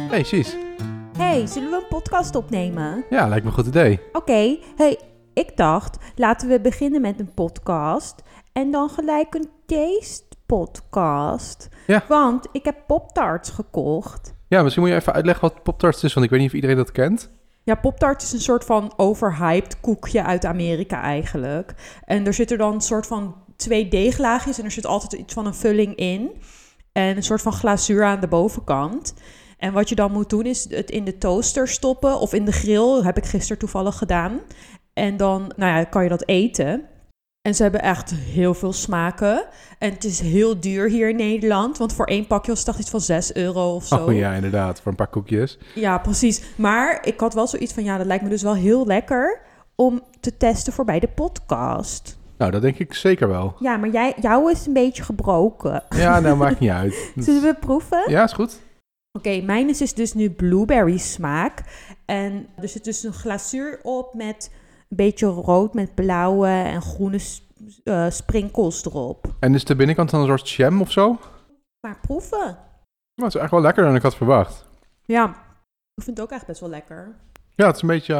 Hey, Cies. Hey, zullen we een podcast opnemen? Ja, lijkt me een goed idee. Oké, hey, ik dacht, laten we beginnen met een podcast en dan gelijk een taste podcast. Ja. Want ik heb Pop-Tarts gekocht. Ja, misschien moet je even uitleggen wat Pop-Tarts is, want ik weet niet of iedereen dat kent. Ja, Pop-Tart is een soort van overhyped koekje uit Amerika eigenlijk. En er zitten dan een soort van 2 deeglaagjes en er zit altijd iets van een vulling in. En een soort van glazuur aan de bovenkant. En wat je dan moet doen is het in de toaster stoppen of in de grill. Dat heb ik gisteren toevallig gedaan. En dan kan je dat eten. En ze hebben echt heel veel smaken. En het is heel duur hier in Nederland. Want voor 1 pakje was het iets van €6 of zo. Oh ja, inderdaad, voor een paar koekjes. Ja, precies. Maar ik had wel zoiets van, dat lijkt me dus wel heel lekker om te testen voor bij de podcast. Nou, dat denk ik zeker wel. Ja, maar jou is een beetje gebroken. Ja, nou, maakt niet uit. Zullen we proeven? Ja, is goed. Oké, mijn is dus nu blueberry smaak. En er zit dus een glazuur op met een beetje rood met blauwe en groene sprinkels erop. En is de binnenkant dan een soort jam of zo? Maar proeven. Nou, het is echt wel lekkerder dan ik had verwacht. Ja, ik vind het ook echt best wel lekker. Ja, het is een beetje,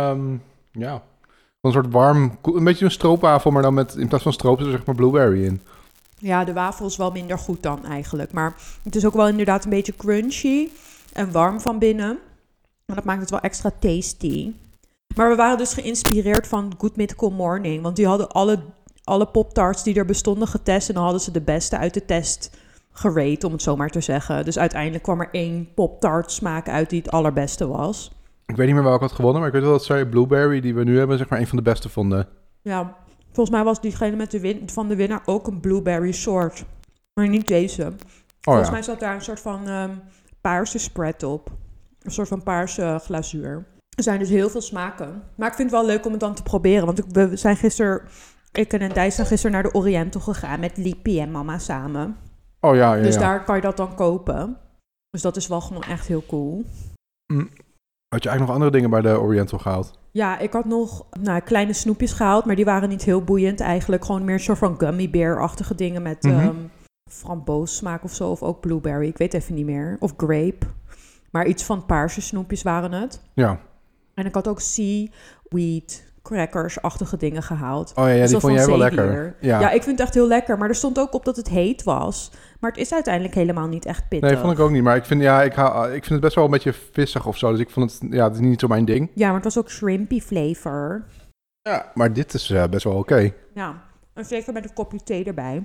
een soort warm, een beetje een stroopwafel, maar dan met, in plaats van stroop, zeg maar blueberry in. Ja, de wafel is wel minder goed dan eigenlijk. Maar het is ook wel inderdaad een beetje crunchy en warm van binnen. En dat maakt het wel extra tasty. Maar we waren dus geïnspireerd van Good Mythical Morning. Want die hadden alle Pop-Tarts die er bestonden getest. En dan hadden ze de beste uit de test gerate, om het zo maar te zeggen. Dus uiteindelijk kwam er 1 Pop-Tart smaak uit die het allerbeste was. Ik weet niet meer welke had gewonnen, maar ik weet wel dat zij blueberry, die we nu hebben, zeg maar een van de beste vonden. Ja, volgens mij was diegene met van de winnaar ook een blueberry soort. Maar niet deze. Volgens mij zat daar een soort van paarse spread op. Een soort van paarse glazuur. Er zijn dus heel veel smaken. Maar ik vind het wel leuk om het dan te proberen. Want we zijn gisteren, ik en Dijs zijn gisteren naar de Oriental gegaan met Liepie en mama samen. Oh ja. Dus daar kan je dat dan kopen. Dus dat is wel gewoon echt heel cool. Had je eigenlijk nog andere dingen bij de Oriental gehaald? Ja, ik had nog kleine snoepjes gehaald, maar die waren niet heel boeiend eigenlijk. Gewoon meer een soort van gummy bear-achtige dingen met framboos-smaak of zo. Of ook blueberry, ik weet even niet meer. Of grape. Maar iets van paarse snoepjes waren het. Ja. En ik had ook seaweed crackers-achtige dingen gehaald. Oh ja, dus die vond jij wel lekker. Ja, ik vind het echt heel lekker. Maar er stond ook op dat het heet was. Maar het is uiteindelijk helemaal niet echt pittig. Nee, vond ik ook niet. Maar ik vind, ik vind het best wel een beetje vissig of zo. Dus ik vond het, het is niet zo mijn ding. Ja, maar het was ook shrimpy flavor. Ja, maar dit is best wel oké. Ja, en zeker met een kopje thee erbij.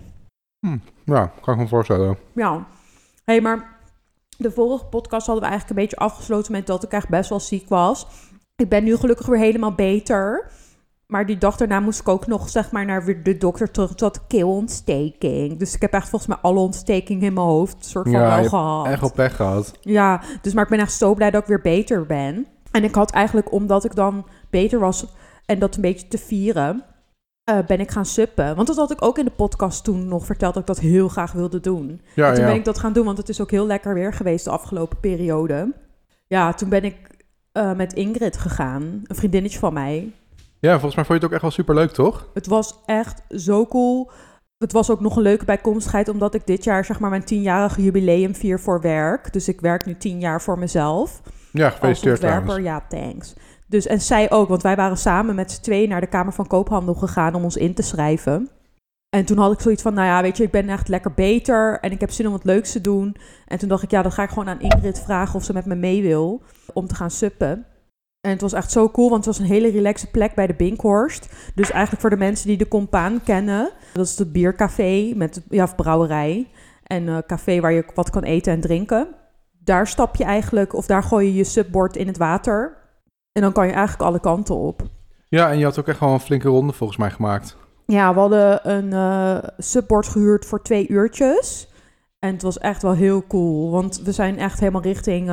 Ja, kan ik me voorstellen. Ja. Hey, maar de vorige podcast hadden we eigenlijk een beetje afgesloten met dat ik echt best wel ziek was. Ik ben nu gelukkig weer helemaal beter. Maar die dag daarna moest ik ook nog, zeg maar, naar de dokter terug. Het had keelontsteking. Dus ik heb echt volgens mij alle ontsteking in mijn hoofd soort van wel gehad. Echt wel pech gehad. Ja, dus maar ik ben echt zo blij dat ik weer beter ben. En ik had eigenlijk, omdat ik dan beter was en dat een beetje te vieren, ben ik gaan suppen. Want dat had ik ook in de podcast toen nog verteld dat ik dat heel graag wilde doen. Ja, en toen ben ik dat gaan doen, want het is ook heel lekker weer geweest de afgelopen periode. Ja, toen ben ik met Ingrid gegaan, een vriendinnetje van mij. Ja, volgens mij vond je het ook echt wel superleuk, toch? Het was echt zo cool. Het was ook nog een leuke bijkomstigheid, omdat ik dit jaar, zeg maar, mijn 10-jarige jubileum vier voor werk. Dus ik werk nu 10 jaar voor mezelf. Ja, gefeliciteerd trouwens. Ja, thanks. Dus, en zij ook, want wij waren samen met z'n tweeën naar de Kamer van Koophandel gegaan om ons in te schrijven. En toen had ik zoiets van, weet je, ik ben echt lekker beter en ik heb zin om wat leuks te doen. En toen dacht ik, dan ga ik gewoon aan Ingrid vragen of ze met me mee wil om te gaan suppen. En het was echt zo cool, want het was een hele relaxe plek bij de Binkhorst. Dus eigenlijk voor de mensen die de Compaan kennen, dat is het biercafé of brouwerij. En café waar je wat kan eten en drinken. Daar stap je eigenlijk, of daar gooi je je subbord in het water. En dan kan je eigenlijk alle kanten op. Ja, en je had ook echt wel een flinke ronde volgens mij gemaakt. Ja, we hadden een subbord gehuurd voor 2 uurtjes. En het was echt wel heel cool, want we zijn echt helemaal richting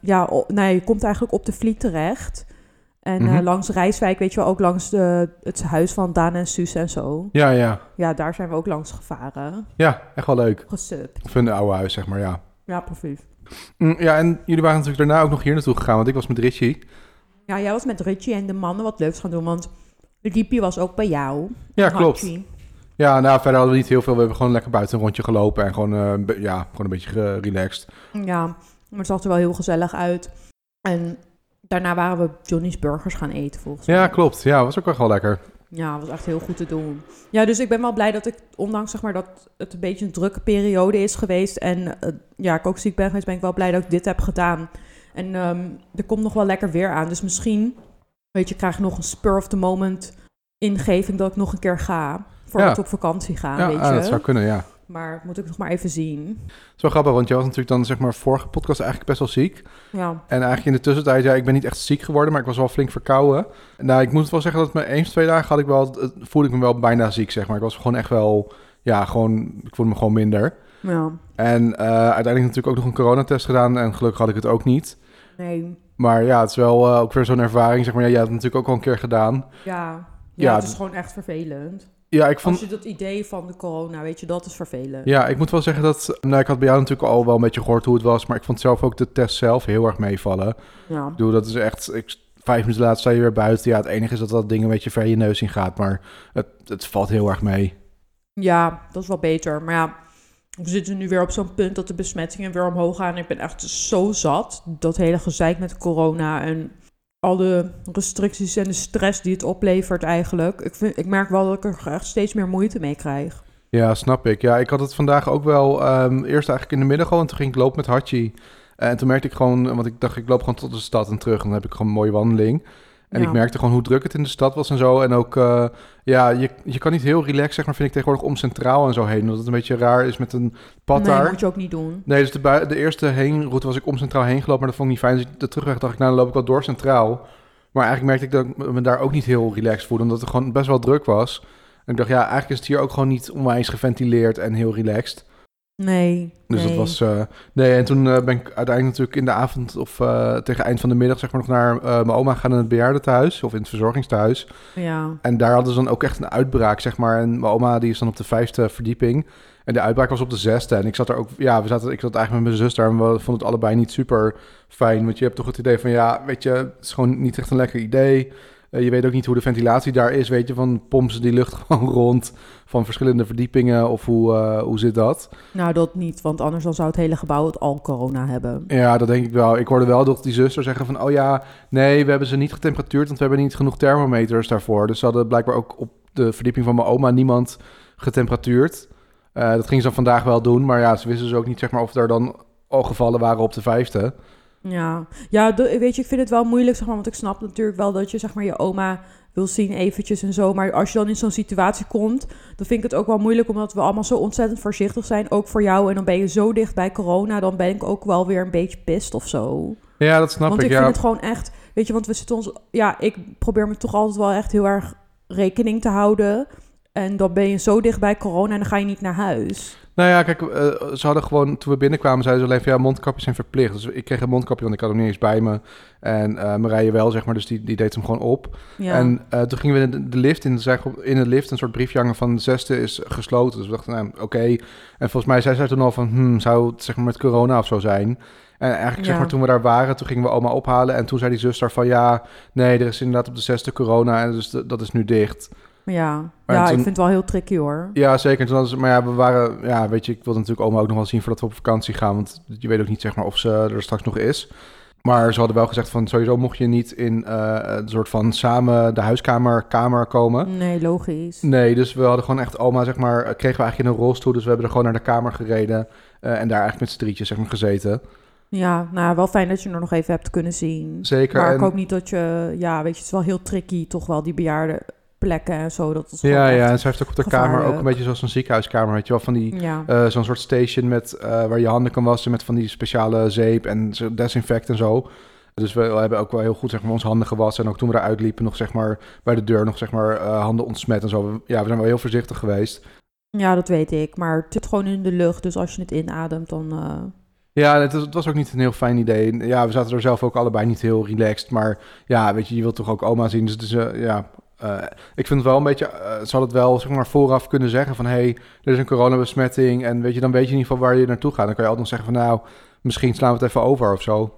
je komt eigenlijk op de Vliet terecht. En langs Rijswijk, weet je wel, ook langs het huis van Daan en Suus en zo. Ja. Ja, daar zijn we ook langs gevaren. Ja, echt wel leuk. Gesupt. Of in het oude huis, zeg maar, ja. Ja, precies. Ja, en jullie waren natuurlijk daarna ook nog hier naartoe gegaan, want ik was met Richie. Ja, jij was met Richie en de mannen wat leuks gaan doen, want Liepie was ook bij jou. Ja, klopt. Ja, verder hadden we niet heel veel. We hebben gewoon lekker buiten een rondje gelopen en gewoon een beetje relaxed. Ja, Maar het zag er wel heel gezellig uit. En daarna waren we Johnny's Burgers gaan eten, volgens mij. Ja, klopt. Ja, was ook wel lekker. Ja, was echt heel goed te doen. Ja, dus ik ben wel blij dat ik, ondanks zeg maar dat het een beetje een drukke periode is geweest en ik ook ziek ben geweest, ben ik wel blij dat ik dit heb gedaan. En er komt nog wel lekker weer aan. Dus misschien, krijg ik nog een spur of the moment ingeving dat ik nog een keer ga. Voordat we op vakantie gaan, weet je. Ja, dat zou kunnen, ja. Maar moet ik nog maar even zien. Het is wel grappig, want je was natuurlijk dan, zeg maar, vorige podcast eigenlijk best wel ziek. Ja. En eigenlijk in de tussentijd, ik ben niet echt ziek geworden, maar ik was wel flink verkouden. Nou, ik moet wel zeggen dat me 1 of 2 dagen voelde ik me wel bijna ziek, zeg maar. Ik was gewoon echt wel, ik voelde me gewoon minder. Ja. En uiteindelijk natuurlijk ook nog een coronatest gedaan en gelukkig had ik het ook niet. Nee. Maar ja, het is wel ook weer zo'n ervaring, zeg maar. Ja, jij hebt het natuurlijk ook al een keer gedaan. Ja, het is gewoon echt vervelend. Ja, Als je dat idee van de corona, dat is vervelend. Ja, ik moet wel zeggen dat... ik had bij jou natuurlijk al wel een beetje gehoord hoe het was, maar ik vond zelf ook de test zelf heel erg meevallen. Ja. Ik bedoel, dat is echt... 5 minuten later sta je weer buiten. Ja, het enige is dat ding een beetje ver je neus in gaat, maar het valt heel erg mee. Ja, dat is wel beter. Maar ja, we zitten nu weer op zo'n punt dat de besmettingen weer omhoog gaan. Ik ben echt zo zat. Dat hele gezeik met corona en al de restricties en de stress die het oplevert eigenlijk. Ik merk wel dat ik er echt steeds meer moeite mee krijg. Ja, snap ik. Ja, ik had het vandaag ook wel eerst eigenlijk in de middag al. En toen ging ik lopen met Hachi. En toen merkte ik gewoon, want ik dacht ik loop gewoon tot de stad en terug. En dan heb ik gewoon een mooie wandeling. En ik merkte gewoon hoe druk het in de stad was en zo. En ook, je kan niet heel relaxed, zeg maar, vind ik tegenwoordig om Centraal en zo heen. Omdat het een beetje raar is met een pad daar. Nee, dat moet je ook niet doen. Nee, dus de eerste heenroute was ik om Centraal heen gelopen, maar dat vond ik niet fijn. Dus de terugweg dacht ik, dan loop ik wel door Centraal. Maar eigenlijk merkte ik dat ik me daar ook niet heel relaxed voelde, omdat het gewoon best wel druk was. En ik dacht, eigenlijk is het hier ook gewoon niet onwijs geventileerd en heel relaxed. Nee. Dus dat was... en toen ben ik uiteindelijk natuurlijk in de avond of tegen eind van de middag, zeg maar, nog naar mijn oma gegaan in het bejaardentehuis of in het verzorgingstehuis. Ja. En daar hadden ze dan ook echt een uitbraak, zeg maar. En mijn oma die is dan op de 5e verdieping. En de uitbraak was op de 6e. En ik zat er ook... ik zat eigenlijk met mijn zus daar en we vonden het allebei niet super fijn. Want je hebt toch het idee van, weet je, het is gewoon niet echt een lekker idee. Je weet ook niet hoe de ventilatie daar is, weet je, van pompen ze die lucht gewoon rond van verschillende verdiepingen of hoe zit dat? Nou, dat niet, want anders dan zou het hele gebouw het al corona hebben. Ja, dat denk ik wel. Ik hoorde wel dat die zuster zeggen van, nee, we hebben ze niet getemperatuurd, want we hebben niet genoeg thermometers daarvoor. Dus ze hadden blijkbaar ook op de verdieping van mijn oma niemand getemperatuurd. Dat gingen ze dan vandaag wel doen, maar ze wisten dus ook niet, zeg maar, of er dan al gevallen waren op de 5e. Ja, weet je, ik vind het wel moeilijk, zeg maar, want ik snap natuurlijk wel dat je, zeg maar, je oma wil zien eventjes en zo. Maar als je dan in zo'n situatie komt, dan vind ik het ook wel moeilijk, omdat we allemaal zo ontzettend voorzichtig zijn, ook voor jou. En dan ben je zo dicht bij corona, dan ben ik ook wel weer een beetje pist of zo. Ja, dat snap ik. Want ik vind het gewoon echt, weet je, want we zitten ons... Ja, ik probeer me toch altijd wel echt heel erg rekening te houden. En dan ben je zo dicht bij corona en dan ga je niet naar huis. Nou ja, kijk, ze hadden gewoon, toen we binnenkwamen, zeiden ze alleen van, mondkapjes zijn verplicht. Dus ik kreeg een mondkapje, want ik had hem niet eens bij me. En Marije wel, zeg maar, dus die deed hem gewoon op. Ja. En toen gingen we de lift in, in de lift een soort briefje hangen van de 6e is gesloten. Dus we dachten, oké. En volgens mij zei zij toen al van, zou het, zeg maar, met corona of zo zijn? En eigenlijk, zeg maar, toen we daar waren, toen gingen we oma ophalen. En toen zei die zuster van, nee, er is inderdaad op de 6e corona en dus dat is nu dicht. Ja, toen, ik vind het wel heel tricky, hoor. Ja, zeker. Maar we waren... weet je, ik wilde natuurlijk oma ook nog wel zien voordat we op vakantie gaan. Want je weet ook niet, zeg maar, of ze er straks nog is. Maar ze hadden wel gezegd van, sowieso mocht je niet in een soort van samen de huiskamer komen. Nee, logisch. Nee, dus we hadden gewoon echt oma, zeg maar, kregen we eigenlijk in een rolstoel. Dus we hebben er gewoon naar de kamer gereden. En daar eigenlijk met z'n drietjes, zeg maar, gezeten. Ja, nou, wel fijn dat je er nog even hebt kunnen zien. Zeker. Maar ik hoop niet dat je... Ja, weet je, het is wel heel tricky, toch wel, die bejaarden plekken en zo. Dat is ja, en ze heeft ook op de gevaarlijk. kamer ook een beetje zoals een ziekenhuiskamer, weet je wel, van die zo'n soort station met waar je handen kan wassen met van die speciale zeep en desinfect en zo. Dus we hebben ook wel heel goed, zeg maar, onze handen gewassen en ook toen we eruit liepen nog, zeg maar, bij de deur nog, zeg maar, handen ontsmet en zo. We zijn wel heel voorzichtig geweest. Ja, dat weet ik, maar het zit gewoon in de lucht, dus als je het inademt, dan... Ja, het was ook niet een heel fijn idee. Ja, we zaten er zelf ook allebei niet heel relaxed, maar ja, weet je wilt toch ook oma zien, dus het is, ik vind het wel een beetje, ze had het wel, zeg maar, vooraf kunnen zeggen van, hey, er is een coronabesmetting en weet je, dan weet je in ieder geval waar je naartoe gaat. Dan kan je altijd nog zeggen van, nou, misschien slaan we het even over of zo.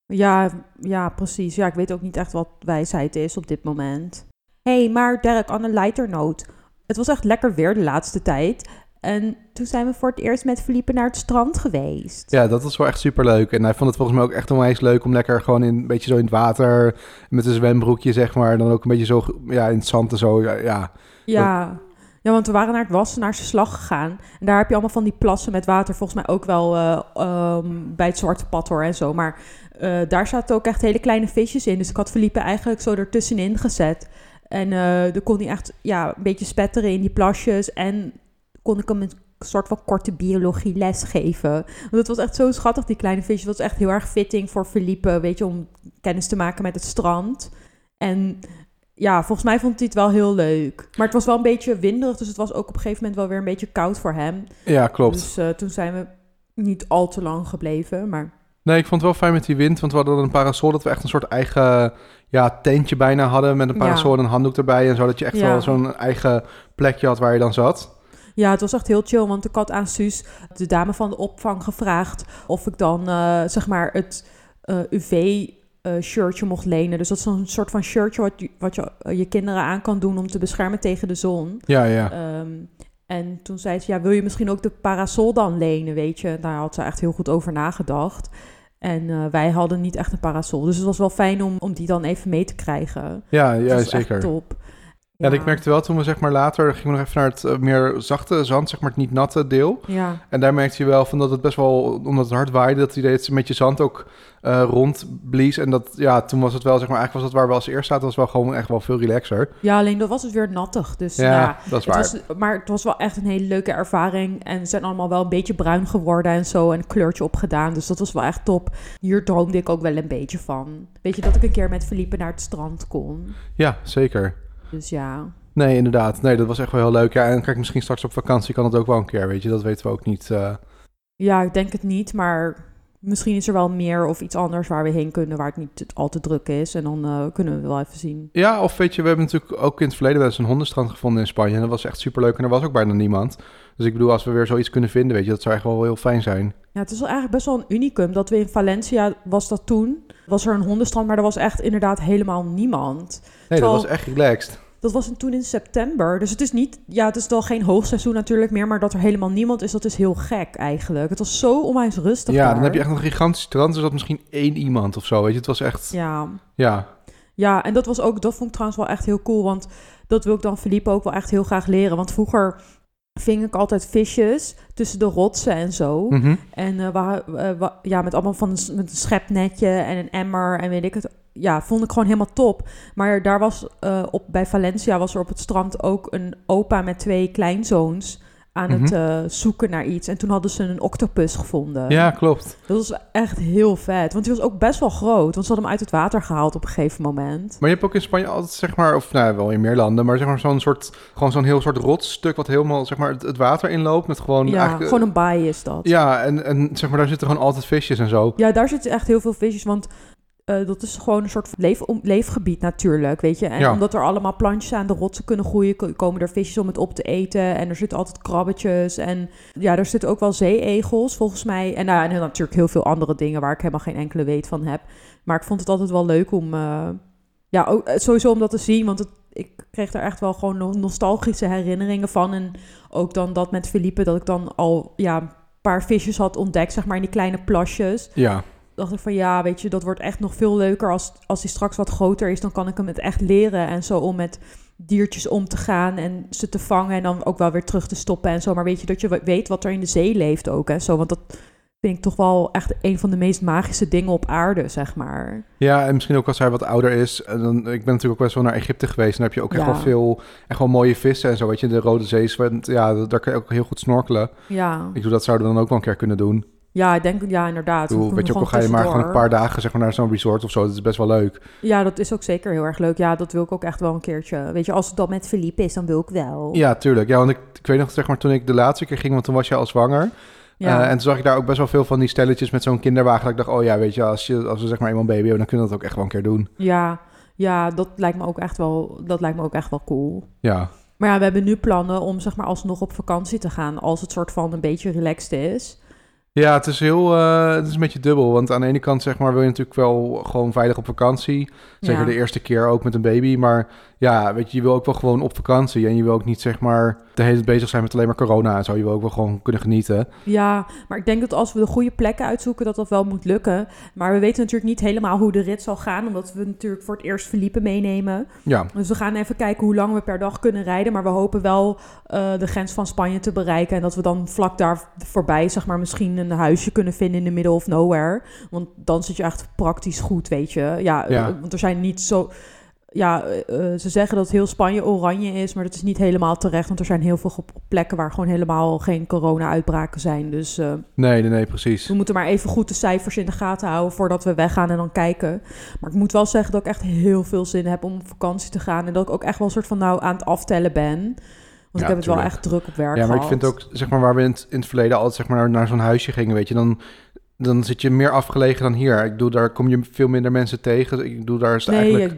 Ja, precies. Ja, ik weet ook niet echt wat wijsheid is op dit moment. Hey, maar Derek, on a lighter note. Het was echt lekker weer de laatste tijd. En toen zijn we voor het eerst met Felipe naar het strand geweest. Ja, dat was wel echt superleuk. En hij vond het volgens mij ook echt onwijs leuk om lekker gewoon een beetje zo in het water, met een zwembroekje zeg maar, en dan ook een beetje zo in het zand en zo. Ja, want we waren naar het Wassenaarse Slag gegaan. En daar heb je allemaal van die plassen met water. Volgens mij ook wel bij het Zwarte Pad hoor en zo. Maar daar zaten ook echt hele kleine visjes in. Dus ik had Felipe eigenlijk zo ertussenin gezet. En dan kon hij echt een beetje spetteren in die plasjes. En kon ik hem een soort van korte biologieles geven. Want het was echt zo schattig, die kleine visjes. Het was echt heel erg fitting voor Felipe, weet je, om kennis te maken met het strand. En ja, volgens mij vond hij het wel heel leuk. Maar het was wel een beetje winderig, dus het was ook op een gegeven moment wel weer een beetje koud voor hem. Ja, klopt. Dus toen zijn we niet al te lang gebleven, maar... Nee, ik vond het wel fijn met die wind, want we hadden een parasol dat we echt een soort eigen tentje bijna hadden met een parasol en een handdoek erbij en zo, dat je echt wel zo'n eigen plekje had waar je dan zat. Ja, het was echt heel chill, want ik had aan Suus, de dame van de opvang, gevraagd of ik dan zeg maar het UV-shirtje mocht lenen. Dus dat is een soort van shirtje wat je kinderen aan kan doen om te beschermen tegen de zon. Ja. En toen zei ze, wil je misschien ook de parasol dan lenen, weet je? Daar had ze echt heel goed over nagedacht. En wij hadden niet echt een parasol. Dus het was wel fijn om die dan even mee te krijgen. Ja, dat was zeker. Echt top. Ja, ik merkte wel toen we zeg maar later gingen we nog even naar het meer zachte zand, zeg maar het niet natte deel. Ja. En daar merkte je wel van dat het best wel, omdat het hard waaide, dat hij het met je zand ook rondblies. En dat, toen was het wel, zeg maar, eigenlijk was het waar we als eerst zaten, was wel gewoon echt wel veel relaxer. Ja, alleen dat was het weer nattig. Dus dat is waar. Maar het was wel echt een hele leuke ervaring. En ze zijn allemaal wel een beetje bruin geworden en zo. En een kleurtje opgedaan. Dus dat was wel echt top. Hier droomde ik ook wel een beetje van. Weet je, dat ik een keer met Felipe naar het strand kon. Ja, zeker. Dus ja. Nee, inderdaad. Nee, dat was echt wel heel leuk. Ja, en kijk, misschien straks op vakantie kan het ook wel een keer, weet je. Dat weten we ook niet. Ja, ik denk het niet, maar misschien is er wel meer of iets anders waar we heen kunnen, waar het niet al te druk is. En dan kunnen we wel even zien. Ja, of weet je, we hebben natuurlijk ook in het verleden wel eens een hondenstrand gevonden in Spanje. En dat was echt superleuk en er was ook bijna niemand. Dus ik bedoel, als we weer zoiets kunnen vinden, weet je, dat zou echt wel heel fijn zijn. Ja, het is wel eigenlijk best wel een unicum. Dat we in Valencia, was er een hondenstrand, maar er was echt inderdaad helemaal niemand. Nee, dat was echt relaxed. Dat was toen in september. Dus het is niet... Ja, het is wel geen hoogseizoen natuurlijk meer. Maar dat er helemaal niemand is, dat is heel gek eigenlijk. Het was zo onwijs rustig daar. Dan heb je echt een gigantisch strand. Dus dat misschien 1 iemand of zo, weet je. Het was echt... Ja, en dat vond ik trouwens wel echt heel cool. Want dat wil ik dan Felipe ook wel echt heel graag leren. Want vroeger ving ik altijd visjes tussen de rotsen en zo. Mm-hmm. En met allemaal met een schepnetje en een emmer en weet ik het. Ja, vond ik gewoon helemaal top. Maar daar was bij Valencia was er op het strand ook een opa met 2 kleinzoons aan het zoeken naar iets. En toen hadden ze een octopus gevonden. Ja, klopt. Dat was echt heel vet. Want die was ook best wel groot. Want ze hadden hem uit het water gehaald op een gegeven moment. Maar je hebt ook in Spanje altijd, zeg maar, of wel in meer landen, maar zeg maar zo'n heel soort rotstuk wat helemaal, zeg maar, het water inloopt met gewoon... Ja, gewoon een baai is dat. Ja, en zeg maar, daar zitten gewoon altijd visjes en zo. Ja, daar zitten echt heel veel visjes, want... dat is gewoon een soort leefgebied natuurlijk, weet je. En omdat er allemaal plantjes aan de rotsen kunnen groeien, komen er visjes om het op te eten. En er zitten altijd krabbetjes. En ja, er zitten ook wel zeeegels, volgens mij. En natuurlijk heel veel andere dingen waar ik helemaal geen enkele weet van heb. Maar ik vond het altijd wel leuk om... ook, sowieso om dat te zien, want ik kreeg daar echt wel gewoon nostalgische herinneringen van. En ook dan dat met Felipe, dat ik dan al een paar visjes had ontdekt, zeg maar, in die kleine plasjes. Ja. Dacht ik van weet je, dat wordt echt nog veel leuker als hij straks wat groter is. Dan kan ik hem het echt leren en zo om met diertjes om te gaan en ze te vangen en dan ook wel weer terug te stoppen en zo. Maar weet je, dat je weet wat er in de zee leeft ook en zo. Want dat vind ik toch wel echt een van de meest magische dingen op aarde, zeg maar. Ja, en misschien ook als hij wat ouder is. En dan, ik ben natuurlijk ook best wel naar Egypte geweest. En dan heb je ook echt wel veel, echt wel mooie vissen en zo. Weet je, de Rode Zee, daar kan je ook heel goed snorkelen. Ja. Ik bedoel, dat zouden we dan ook wel een keer kunnen doen. Ja, ik denk, inderdaad. Weet je ook al ga je maar gewoon een paar dagen, zeg maar, naar zo'n resort of zo. Dat is best wel leuk. Ja, dat is ook zeker heel erg leuk. Ja, dat wil ik ook echt wel een keertje. Weet je, als het dan met Felipe is, dan wil ik wel. Ja, tuurlijk. Ja, want ik weet nog, zeg maar, toen ik de laatste keer ging, want toen was je al zwanger. Ja. En toen zag ik daar ook best wel veel van die stelletjes met zo'n kinderwagen. Dat ik dacht, weet je, als we zeg maar eenmaal een baby hebben, dan kunnen we dat ook echt wel een keer doen. Ja, dat lijkt me ook echt wel cool. Ja. Maar we hebben nu plannen om, zeg maar, alsnog op vakantie te gaan, als het soort van een beetje relaxed is. Ja, het is een beetje dubbel. Want aan de ene kant, zeg maar, wil je natuurlijk wel gewoon veilig op vakantie. Zeker de eerste keer ook met een baby. Maar ja, weet je wil ook wel gewoon op vakantie. En je wil ook niet, zeg maar, de hele tijd bezig zijn met alleen maar corona en zo. Je wil ook wel gewoon kunnen genieten. Ja, maar ik denk dat als we de goede plekken uitzoeken, dat wel moet lukken. Maar we weten natuurlijk niet helemaal hoe de rit zal gaan, omdat we natuurlijk voor het eerst Felipe meenemen. Ja. Dus we gaan even kijken hoe lang we per dag kunnen rijden. Maar we hopen wel de grens van Spanje te bereiken. En dat we dan vlak daar voorbij, zeg maar, misschien een huisje kunnen vinden in the middle of nowhere. Want dan zit je echt praktisch goed, weet je. Ja. Want er zijn niet zo... Ja, ze zeggen dat heel Spanje oranje is, maar dat is niet helemaal terecht. Want er zijn heel veel plekken waar gewoon helemaal geen corona-uitbraken zijn. Dus Nee, precies. we moeten maar even goed de cijfers in de gaten houden voordat we weggaan en dan kijken. Maar ik moet wel zeggen dat ik echt heel veel zin heb om op vakantie te gaan. En dat ik ook echt wel een soort van aan het aftellen ben. Want ik heb het wel echt druk op werk gehad. Ja, maar ik vind ook, zeg maar, waar we in het verleden altijd zeg maar naar zo'n huisje gingen, weet je, dan zit je meer afgelegen dan hier. Ik bedoel, daar kom je veel minder mensen tegen. Ik bedoel, daar is het eigenlijk...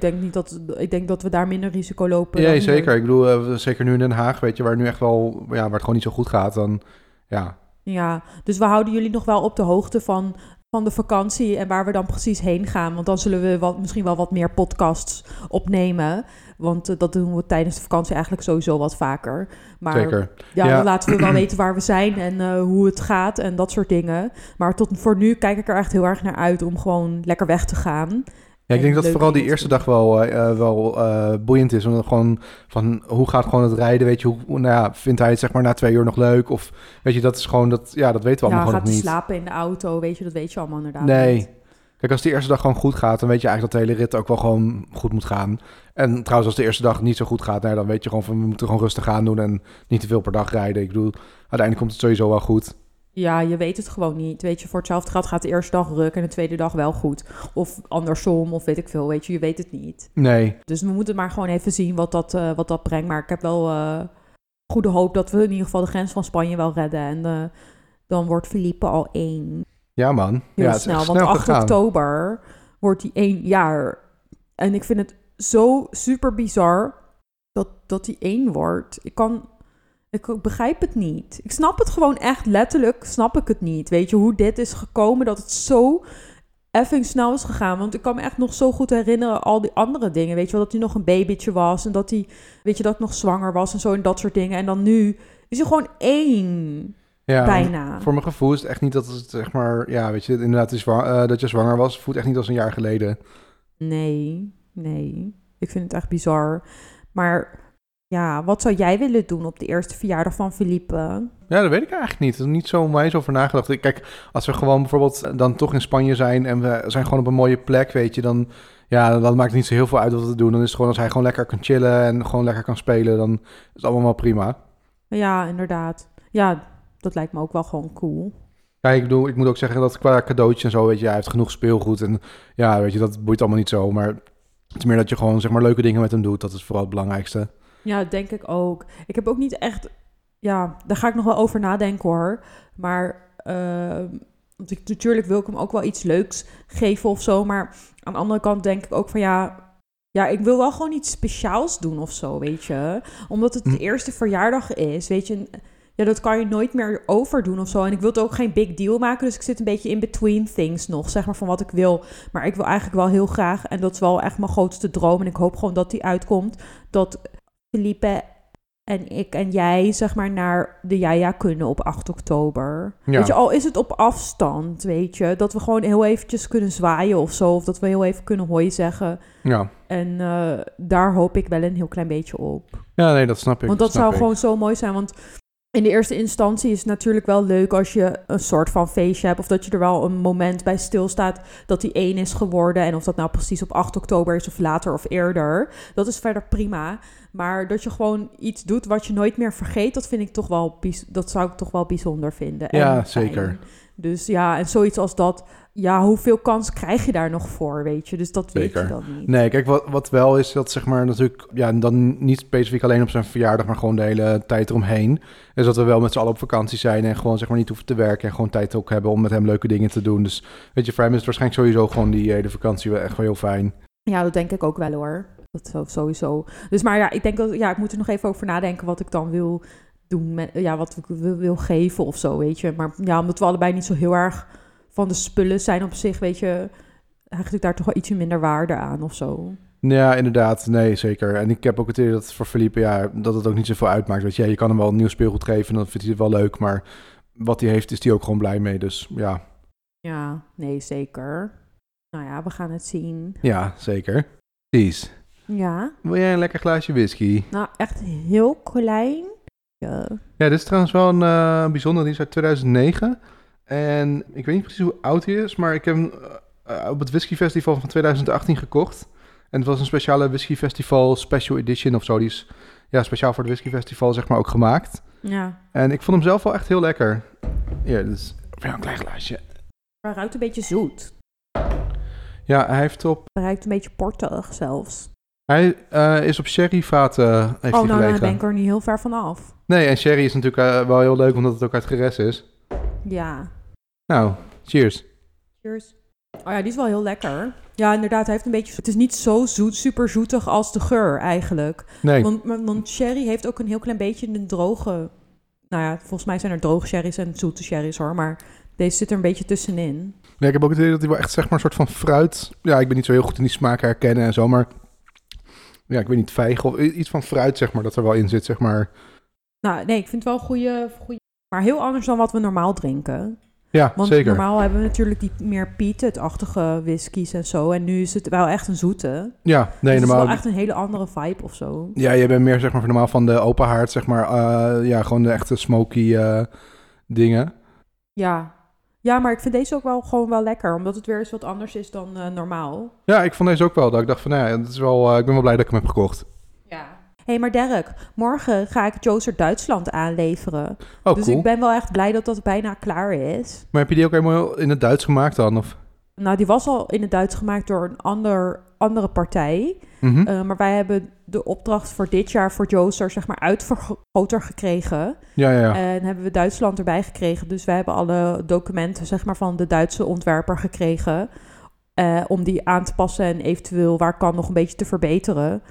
ik denk dat we daar minder risico lopen. Ja, zeker. Ik bedoel, zeker nu in Den Haag, weet je, waar nu echt wel, waar het gewoon niet zo goed gaat, dan, ja. Ja, dus we houden jullie nog wel op de hoogte van de vakantie en waar we dan precies heen gaan. Want dan zullen we misschien wel wat meer podcasts opnemen. Want dat doen we tijdens de vakantie eigenlijk sowieso wat vaker. Maar zeker. Ja, dan laten we wel weten waar we zijn en hoe het gaat en dat soort dingen. Maar voor nu kijk ik er echt heel erg naar uit om gewoon lekker weg te gaan. Ja, ik denk dat vooral die eerste dag wel boeiend is. Omdat gewoon van hoe gaat gewoon het rijden? Weet je, vindt hij het zeg maar na 2 uur nog leuk? Of weet je, dat is gewoon, dat weten we allemaal gewoon nog niet. Gaat hij slapen in de auto? Weet je, dat weet je allemaal inderdaad Nee. niet. Kijk, als de eerste dag gewoon goed gaat, dan weet je eigenlijk dat de hele rit ook wel gewoon goed moet gaan. En trouwens, als de eerste dag niet zo goed gaat, dan weet je gewoon van we moeten gewoon rustig aan doen en niet te veel per dag rijden. Ik bedoel, uiteindelijk komt het sowieso wel goed. Ja, je weet het gewoon niet. Weet je, voor hetzelfde geld gaat de eerste dag ruk en de tweede dag wel goed. Of andersom, of weet ik veel. Weet je weet het niet. Nee. Dus we moeten maar gewoon even zien wat dat brengt. Maar ik heb wel goede hoop dat we in ieder geval de grens van Spanje wel redden. En dan wordt Felipe al 1. Ja, man. Heel snel, want 8 oktober wordt hij 1 jaar. En ik vind het zo super bizar dat hij 1 wordt. Ik begrijp het niet. Ik snap het gewoon echt letterlijk, snap ik het niet. Weet je, hoe dit is gekomen, dat het zo effing snel is gegaan. Want ik kan me echt nog zo goed herinneren al die andere dingen. Weet je wel, dat hij nog een babytje was en dat hij, weet je, dat ik nog zwanger was en zo en dat soort dingen. En dan nu is hij gewoon 1. Ja, bijna. Voor mijn gevoel is het echt niet dat het zeg maar, ja, weet je, inderdaad dat je zwanger was, voelt echt niet als een jaar geleden. Nee. Ik vind het echt bizar. Maar ja, wat zou jij willen doen op de eerste verjaardag van Felipe? Ja, dat weet ik eigenlijk niet. Er is niet zo onwijs over nagedacht. Kijk, als we gewoon bijvoorbeeld dan toch in Spanje zijn en we zijn gewoon op een mooie plek, weet je, dan maakt het niet zo heel veel uit wat we doen. Dan is het gewoon als hij gewoon lekker kan chillen en gewoon lekker kan spelen, dan is het allemaal wel prima. Ja, inderdaad. Ja, dat lijkt me ook wel gewoon cool. Ja, ik bedoel, ik moet ook zeggen dat qua cadeautjes en zo, weet je, hij heeft genoeg speelgoed en ja, weet je, dat boeit allemaal niet zo, maar het is meer dat je gewoon, zeg maar, leuke dingen met hem doet. Dat is vooral het belangrijkste. Ja, dat denk ik ook. Ik heb ook niet echt... Ja, daar ga ik nog wel over nadenken hoor. Maar natuurlijk wil ik hem ook wel iets leuks geven of zo. Maar aan de andere kant denk ik ook van ja, ik wil wel gewoon iets speciaals doen of zo, weet je. Omdat het de eerste verjaardag is, weet je. Ja, dat kan je nooit meer overdoen of zo. En ik wil het ook geen big deal maken. Dus ik zit een beetje in between things nog, zeg maar, van wat ik wil. Maar ik wil eigenlijk wel heel graag, en dat is wel echt mijn grootste droom. En ik hoop gewoon dat die uitkomt, dat Felipe en ik en jij, zeg maar, naar de Jaja kunnen op 8 oktober. Ja. Weet je, al is het op afstand, weet je. Dat we gewoon heel eventjes kunnen zwaaien of zo. Of dat we heel even kunnen hoi zeggen. Ja. En daar hoop ik wel een heel klein beetje op. Ja, nee, dat snap ik. Want dat zou gewoon zo mooi zijn, want in de eerste instantie is het natuurlijk wel leuk als je een soort van feestje hebt. Of dat je er wel een moment bij stilstaat dat die 1 is geworden. En of dat nou precies op 8 oktober is of later of eerder. Dat is verder prima. Maar dat je gewoon iets doet wat je nooit meer vergeet, dat vind ik toch wel, dat zou ik toch wel bijzonder vinden. Ja, en zeker. Dus ja, en zoiets als dat, ja, hoeveel kans krijg je daar nog voor, weet je? Dus dat weet je dan niet. Nee, kijk, wat wel is, dat zeg maar natuurlijk, ja, dan niet specifiek alleen op zijn verjaardag, maar gewoon de hele tijd eromheen. Is dat we wel met z'n allen op vakantie zijn en gewoon zeg maar niet hoeven te werken en gewoon tijd ook hebben om met hem leuke dingen te doen. Dus weet je, voor hem is het waarschijnlijk sowieso gewoon die hele vakantie wel echt wel heel fijn. Ja, dat denk ik ook wel hoor. Dat sowieso. Dus maar ja, ik denk dat, ja, ik moet er nog even over nadenken wat ik dan wil doen met, ja, wat ik wil geven of zo, weet je. Maar ja, omdat we allebei niet zo heel erg van de spullen zijn op zich, weet je, hecht ik daar toch wel ietsje minder waarde aan of zo. Ja, inderdaad. Nee, zeker. En ik heb ook het idee dat voor Felipe, ja, dat het ook niet zoveel uitmaakt. Weet je, je kan hem wel een nieuw speelgoed geven en dan vindt hij het wel leuk. Maar wat hij heeft, is hij ook gewoon blij mee. Dus ja. Ja, nee, zeker. Nou ja, we gaan het zien. Ja, zeker. Precies. Ja. Wil jij een lekker glaasje whisky? Nou, echt heel klein. Ja. Ja, dit is trouwens wel een bijzonder. Die is uit 2009. En ik weet niet precies hoe oud hij is, maar ik heb hem op het whiskyfestival van 2018 gekocht. En het was een speciale whiskyfestival special edition of zo. Die is speciaal voor het whiskyfestival zeg maar ook gemaakt. Ja. En ik vond hem zelf wel echt heel lekker. Ja, dus weer een klein glaasje. Hij ruikt een beetje zoet. Ja, hij heeft Hij ruikt een beetje porterig zelfs. Hij is op sherryvaten heeft hij gelegen. Dan ben ik er niet heel ver van af. Nee, en sherry is natuurlijk wel heel leuk, omdat het ook uit Geres is. Ja. Nou, cheers. Cheers. Oh ja, die is wel heel lekker. Ja, inderdaad, hij heeft een beetje... Het is niet zo zoet, super zoetig als de geur eigenlijk. Nee. Want sherry heeft ook een heel klein beetje een droge... Nou ja, volgens mij zijn er droge sherry's en zoete sherry's hoor, maar deze zit er een beetje tussenin. Nee, ik heb ook het idee dat hij wel echt zeg maar een soort van fruit... Ja, ik ben niet zo heel goed in die smaak herkennen en zo, maar... Ja, ik weet niet, vijgen of iets van fruit zeg maar, dat er wel in zit zeg maar. Nou, nee, ik vind het wel een goede... Maar heel anders dan wat we normaal drinken. Ja, want zeker. Normaal hebben we natuurlijk die meer peated-achtige whiskies en zo. En nu is het wel echt een zoete. Ja, nee, dus normaal. Het is wel echt een hele andere vibe of zo. Ja, je bent meer zeg maar normaal van de open haard, zeg maar. Gewoon de echte smoky dingen. Ja. Ja, maar ik vind deze ook wel gewoon wel lekker. Omdat het weer eens wat anders is dan normaal. Ja, ik vond deze ook wel. Dat ik dacht van, het is wel, ik ben wel blij dat ik hem heb gekocht. Ja. Hé, maar Derek, morgen ga ik Joser Duitsland aanleveren. Oh, dus cool. ik ben wel echt blij dat dat bijna klaar is. Maar heb je die ook helemaal in het Duits gemaakt dan? Of? Nou, die was al in het Duits gemaakt door een andere partij. Mm-hmm. Maar wij hebben de opdracht voor dit jaar voor Joser zeg maar uitvergroter gekregen. Ja. En hebben we Duitsland erbij gekregen. Dus wij hebben alle documenten zeg maar van de Duitse ontwerper gekregen. Om die aan te passen en eventueel waar kan nog een beetje te verbeteren.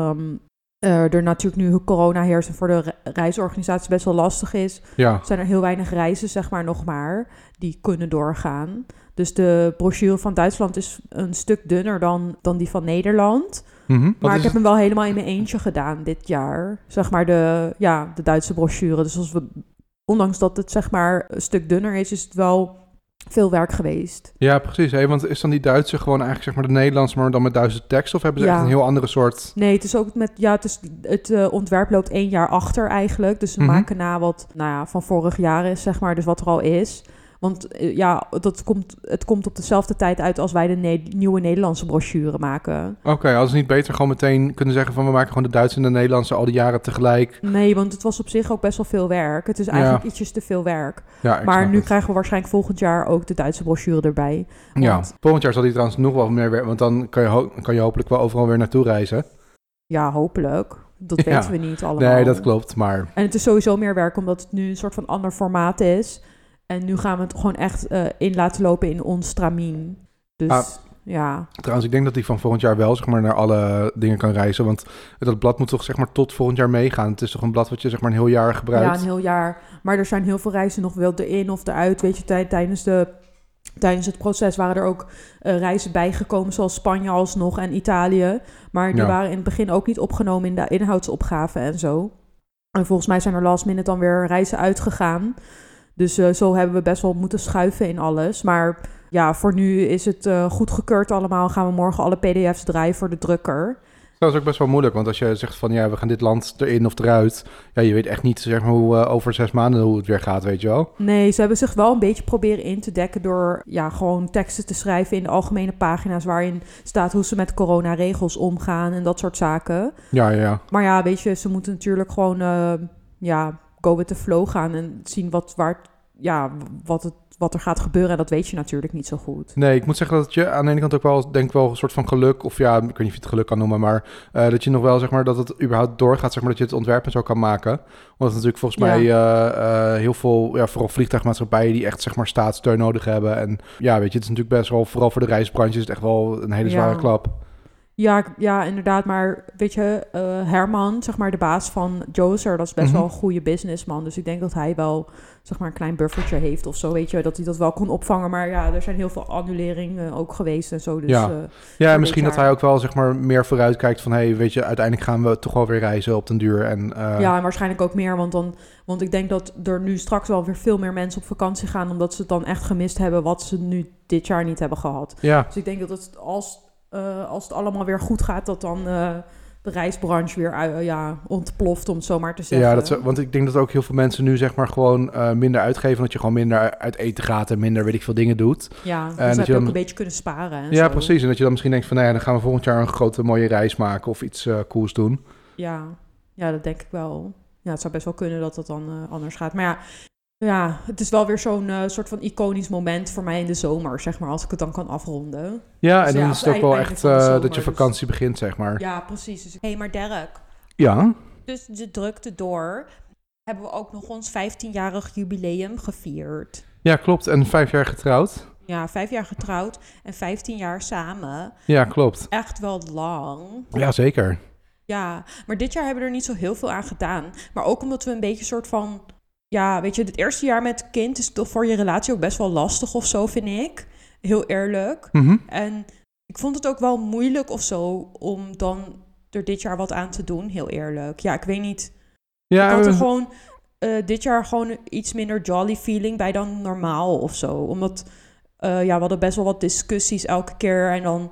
Er natuurlijk nu corona heerst en voor de reisorganisatie best wel lastig is. Ja. Zijn er heel weinig reizen, zeg maar, nog maar, die kunnen doorgaan. Dus de brochure van Duitsland is een stuk dunner dan die van Nederland. Mm-hmm. Maar ik heb hem wel helemaal in mijn eentje gedaan dit jaar. Zeg maar de Duitse brochure. Dus ondanks dat het zeg maar een stuk dunner is het wel veel werk geweest. Ja, precies. Want is dan die Duitse gewoon eigenlijk zeg maar de Nederlandse, maar dan met Duitse tekst? Of hebben ze echt een heel andere soort... Nee, het is ook het ontwerp loopt 1 jaar achter eigenlijk. Dus we maken na wat van vorig jaar is, zeg maar. Dus wat er al is. Want het komt op dezelfde tijd uit als wij de nieuwe Nederlandse brochure maken. Oké, als we niet beter gewoon meteen kunnen zeggen van we maken gewoon de Duitse en de Nederlandse al die jaren tegelijk. Nee, want het was op zich ook best wel veel werk. Het is eigenlijk ietsjes te veel werk. Ja, maar nu krijgen we waarschijnlijk volgend jaar ook de Duitse brochure erbij. Volgend jaar zal die trouwens nog wel meer werken, want dan kan je hopelijk wel overal weer naartoe reizen. Ja, hopelijk. Dat weten we niet allemaal. Nee, dat klopt, maar... En het is sowieso meer werk omdat het nu een soort van ander formaat is. En nu gaan we het gewoon echt in laten lopen in ons stramien. Dus ja. Trouwens, ik denk dat die van volgend jaar wel zeg maar naar alle dingen kan reizen. Want dat blad moet toch zeg maar tot volgend jaar meegaan. Het is toch een blad wat je zeg maar een heel jaar gebruikt? Ja, een heel jaar. Maar er zijn heel veel reizen nog wel erin of eruit. Weet je, tijdens het proces waren er ook reizen bijgekomen, zoals Spanje alsnog en Italië. Maar die waren in het begin ook niet opgenomen in de inhoudsopgave en zo. En volgens mij zijn er last minute dan weer reizen uitgegaan. Dus zo hebben we best wel moeten schuiven in alles. Maar ja, voor nu is het goedgekeurd allemaal. Gaan we morgen alle pdf's draaien voor de drukker. Dat is ook best wel moeilijk, want als je zegt van we gaan dit land erin of eruit. Ja, je weet echt niet zeg maar hoe over 6 maanden hoe het weer gaat, weet je wel. Nee, ze hebben zich wel een beetje proberen in te dekken door gewoon teksten te schrijven in de algemene pagina's waarin staat hoe ze met coronaregels omgaan en dat soort zaken. Ja. Maar ja, weet je, ze moeten natuurlijk gewoon go with the flow gaan en zien wat er gaat gebeuren. En dat weet je natuurlijk niet zo goed. Nee, ik moet zeggen dat je aan de ene kant ook wel, denk wel een soort van geluk, of ik weet niet of je het geluk kan noemen, maar dat je nog wel, zeg maar, dat het überhaupt doorgaat, zeg maar, dat je het ontwerp en zo kan maken. Omdat natuurlijk volgens mij heel veel, vooral vliegtuigmaatschappijen die echt, zeg maar, staatssteun nodig hebben. En ja, weet je, het is natuurlijk best wel, vooral voor de reisbranche is het echt wel een hele zware klap. Ja, inderdaad. Maar weet je, Herman, zeg maar de baas van Jozer, dat is best wel een goede businessman. Dus ik denk dat hij wel, zeg maar, een klein buffertje heeft of zo, weet je. Dat hij dat wel kon opvangen. Maar ja, er zijn heel veel annuleringen ook geweest en zo. Dus, en misschien dat hij ook wel, zeg maar, meer vooruit kijkt van... hey, weet je, uiteindelijk gaan we toch wel weer reizen op den duur. En waarschijnlijk ook meer. Want ik denk dat er nu straks wel weer veel meer mensen op vakantie gaan... omdat ze het dan echt gemist hebben wat ze nu dit jaar niet hebben gehad. Ja. Dus ik denk dat het als het allemaal weer goed gaat... dat dan de reisbranche weer ontploft, om het zo maar te zeggen. Ja, want ik denk dat ook heel veel mensen nu zeg maar gewoon minder uitgeven... dat je gewoon minder uit eten gaat en minder weet ik veel dingen doet. Ja, dus en dat je ook een beetje kunnen sparen. En ja, zo. Precies. En dat je dan misschien denkt van... dan gaan we volgend jaar een grote mooie reis maken of iets cools doen. Ja, dat denk ik wel. Ja, het zou best wel kunnen dat dan anders gaat. Maar ja, het is wel weer zo'n soort van iconisch moment voor mij in de zomer, zeg maar, als ik het dan kan afronden. Ja, dus en dan is het ook wel echt zomer, dat je vakantie begint, zeg maar. Ja, precies. Dus... Hey, maar Derek. Ja? Dus de drukte door hebben we ook nog ons 15-jarig jubileum gevierd. Ja, klopt. En 5 jaar getrouwd. Ja, 5 jaar getrouwd en 15 jaar samen. Ja, klopt. Echt wel lang. Ja, zeker. Ja, maar dit jaar hebben we er niet zo heel veel aan gedaan. Maar ook omdat we een beetje soort van... Ja, weet je, het eerste jaar met kind is toch voor je relatie ook best wel lastig of zo, vind ik. Heel eerlijk. Mm-hmm. En ik vond het ook wel moeilijk of zo om dan er dit jaar wat aan te doen, heel eerlijk. Ja, ik weet niet. Ja, ik had er gewoon dit jaar gewoon iets minder jolly feeling bij dan normaal of zo. Omdat, we hadden best wel wat discussies elke keer. En dan,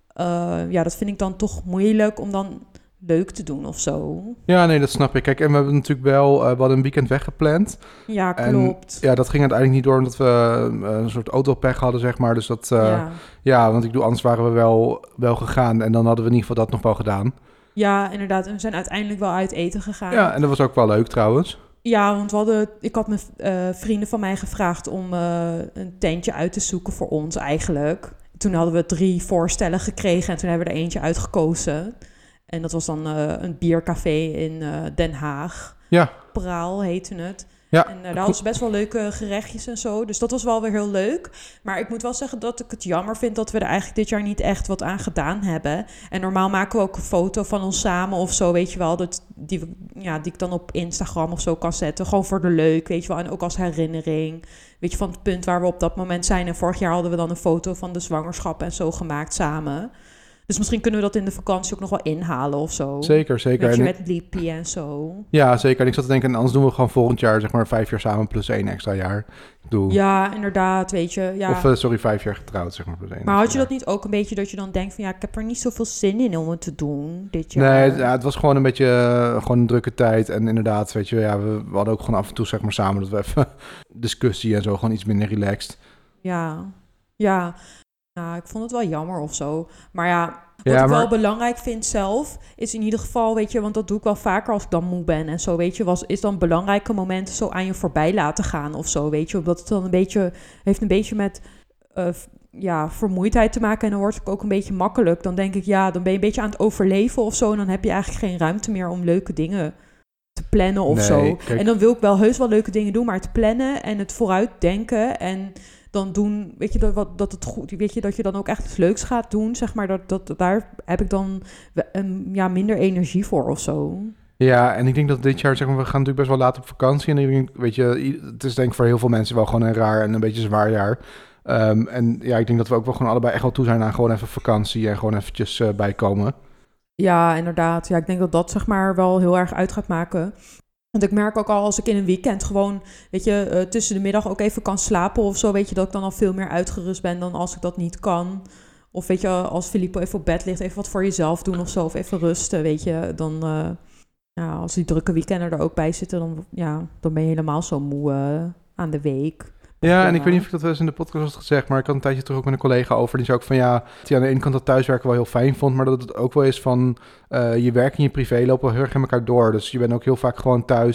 dat vind ik dan toch moeilijk om dan... leuk te doen of zo. Ja, nee, dat snap ik. Kijk, en we hebben natuurlijk wel... we hadden een weekend weggepland. Ja, klopt. En, ja, dat ging uiteindelijk niet door... omdat we een soort autopech hadden, zeg maar. Dus dat... want ik bedoel, anders waren we wel gegaan... en dan hadden we in ieder geval dat nog wel gedaan. Ja, inderdaad. En we zijn uiteindelijk wel uit eten gegaan. Ja, en dat was ook wel leuk trouwens. Ja, want ik had mijn vrienden van mij gevraagd... om een tentje uit te zoeken voor ons eigenlijk. Toen hadden we 3 voorstellen gekregen... en toen hebben we er eentje uitgekozen... En dat was dan een biercafé in Den Haag. Ja. Praal heette het. Ja. En daar hadden ze best wel leuke gerechtjes en zo. Dus dat was wel weer heel leuk. Maar ik moet wel zeggen dat ik het jammer vind... dat we er eigenlijk dit jaar niet echt wat aan gedaan hebben. En normaal maken we ook een foto van ons samen of zo, weet je wel. Die ik dan op Instagram of zo kan zetten. Gewoon voor de leuk, weet je wel. En ook als herinnering. Weet je, van het punt waar we op dat moment zijn. En vorig jaar hadden we dan een foto van de zwangerschap en zo gemaakt samen... Dus misschien kunnen we dat in de vakantie ook nog wel inhalen of zo. Zeker. Weet je, met Lippie en zo. Ja, zeker. En ik zat te denken, anders doen we gewoon volgend jaar... zeg maar 5 jaar samen plus 1 extra jaar. Ja, inderdaad, weet je. Ja. Of, 5 jaar getrouwd, zeg maar, plus 1 Maar had je jaar. dat niet ook een beetje dat je dan denkt van... ja, ik heb er niet zoveel zin in om het te doen dit jaar? Nee, het was gewoon een beetje gewoon een drukke tijd. En inderdaad, weet je, we hadden ook gewoon af en toe, zeg maar, samen... dat we even discussie en zo, gewoon iets minder relaxed. Ja. Nou, ik vond het wel jammer of zo. Maar ja... Wat ik wel belangrijk vind zelf, is in ieder geval, weet je, want dat doe ik wel vaker als ik dan moe ben en zo, weet je, is dan belangrijke momenten zo aan je voorbij laten gaan of zo, weet je, omdat het dan heeft een beetje met, vermoeidheid te maken en dan wordt het ook een beetje makkelijk. Dan denk ik, dan ben je een beetje aan het overleven of zo en dan heb je eigenlijk geen ruimte meer om leuke dingen te plannen of zo. Kijk. En dan wil ik wel heus wel leuke dingen doen, maar het plannen en het vooruitdenken en... dan doen, weet je, dat het goed, weet je, dat je dan ook echt iets leuks gaat doen, zeg maar, daar heb ik dan minder energie voor of zo. Ja, en ik denk dat dit jaar, zeg maar, we gaan natuurlijk best wel laat op vakantie en ik denk, weet je, het is denk ik voor heel veel mensen wel gewoon een raar en een beetje zwaar jaar. Ik denk dat we ook wel gewoon allebei echt wel toe zijn aan gewoon even vakantie en gewoon eventjes bijkomen. Ja, inderdaad. Ja, ik denk dat dat, zeg maar, wel heel erg uit gaat maken. Want ik merk ook al als ik in een weekend gewoon, weet je, tussen de middag ook even kan slapen of zo, weet je, dat ik dan al veel meer uitgerust ben dan als ik dat niet kan. Of weet je, als Filippo even op bed ligt, even wat voor jezelf doen of zo, of even rusten, weet je. Dan, als die drukke weekenden er ook bij zitten, dan ben je helemaal zo moe aan de week. Ja, en ik weet niet of ik dat wel eens in de podcast had gezegd, maar ik had een tijdje terug ook met een collega over. Die zei ook van dat hij aan de ene kant dat thuiswerken wel heel fijn vond, maar dat het ook wel is van je werk en je privé lopen wel heel erg in elkaar door. Dus je bent ook heel vaak gewoon thuis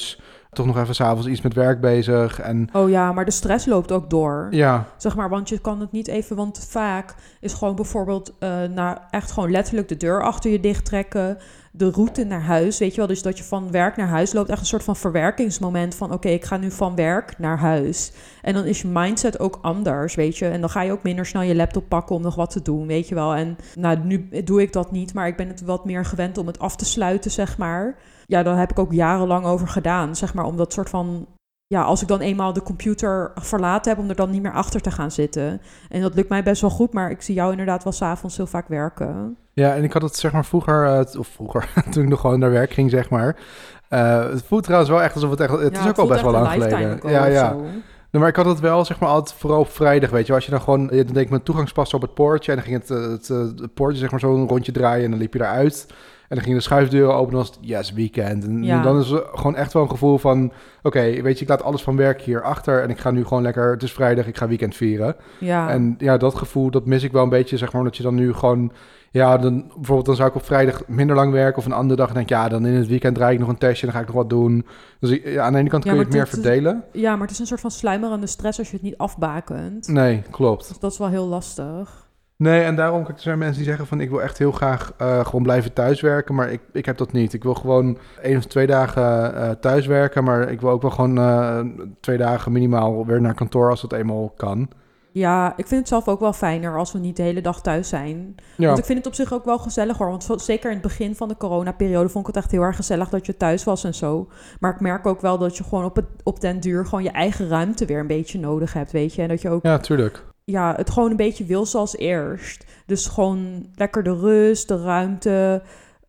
toch nog even 's avonds iets met werk bezig. En Oh ja, maar de stress loopt ook door. ja, Zeg maar, want je kan het niet even... Want vaak is gewoon bijvoorbeeld echt gewoon letterlijk de deur achter je dicht trekken. De route naar huis, weet je wel. Dus dat je van werk naar huis loopt. Echt een soort van verwerkingsmoment van... Oké, ik ga nu van werk naar huis. En dan is je mindset ook anders, weet je. En dan ga je ook minder snel je laptop pakken om nog wat te doen, weet je wel. En nou, nu doe ik dat niet, maar ik ben het wat meer gewend om het af te sluiten, zeg maar. Ja, daar heb ik ook jarenlang over gedaan, zeg maar. Om dat soort van... Ja, als ik dan eenmaal de computer verlaten heb... om er dan niet meer achter te gaan zitten. En dat lukt mij best wel goed... maar ik zie jou inderdaad wel 's avonds heel vaak werken. ja, en ik had het zeg maar vroeger, toen ik nog gewoon naar werk ging, zeg maar. Het voelt trouwens wel echt alsof het echt... Het is ook al best wel lang geleden. Ja. Nee, maar ik had het wel, zeg maar, altijd vooral op vrijdag, weet je. Als je dan gewoon, dan deed ik mijn toegangspas op het poortje... en dan ging het poortje, zeg maar, zo een rondje draaien... en dan liep je eruit... En dan gingen de schuifdeuren open, dan was het yes, weekend. En dan is het gewoon echt wel een gevoel van... Oké, weet je, ik laat alles van werk hier achter... en ik ga nu gewoon lekker, het is vrijdag, ik ga weekend vieren. Ja. En ja, dat gevoel, dat mis ik wel een beetje, zeg maar... omdat je dan nu gewoon... Ja, dan, bijvoorbeeld dan zou ik op vrijdag minder lang werken... of een andere dag denk ja, dan in het weekend draai ik nog een testje... en dan ga ik nog wat doen. Dus aan de ene kant kun je het meer verdelen. Ja, maar het is een soort van sluimerende stress... als je het niet afbakent. Nee, klopt. Dus dat is wel heel lastig. Nee, en daarom er zijn mensen die zeggen van... ik wil echt heel graag gewoon blijven thuiswerken... maar ik heb dat niet. Ik wil gewoon 1 of 2 dagen thuiswerken... maar ik wil ook wel gewoon 2 dagen minimaal weer naar kantoor... als het eenmaal kan. Ja, ik vind het zelf ook wel fijner... als we niet de hele dag thuis zijn. Ja. Want ik vind het op zich ook wel gezellig hoor. Want zeker in het begin van de coronaperiode... vond ik het echt heel erg gezellig dat je thuis was en zo. Maar ik merk ook wel dat je gewoon op den duur... gewoon je eigen ruimte weer een beetje nodig hebt, weet je. En dat je ook... Ja, tuurlijk. Ja, het gewoon een beetje wil zoals eerst. Dus gewoon lekker de rust, de ruimte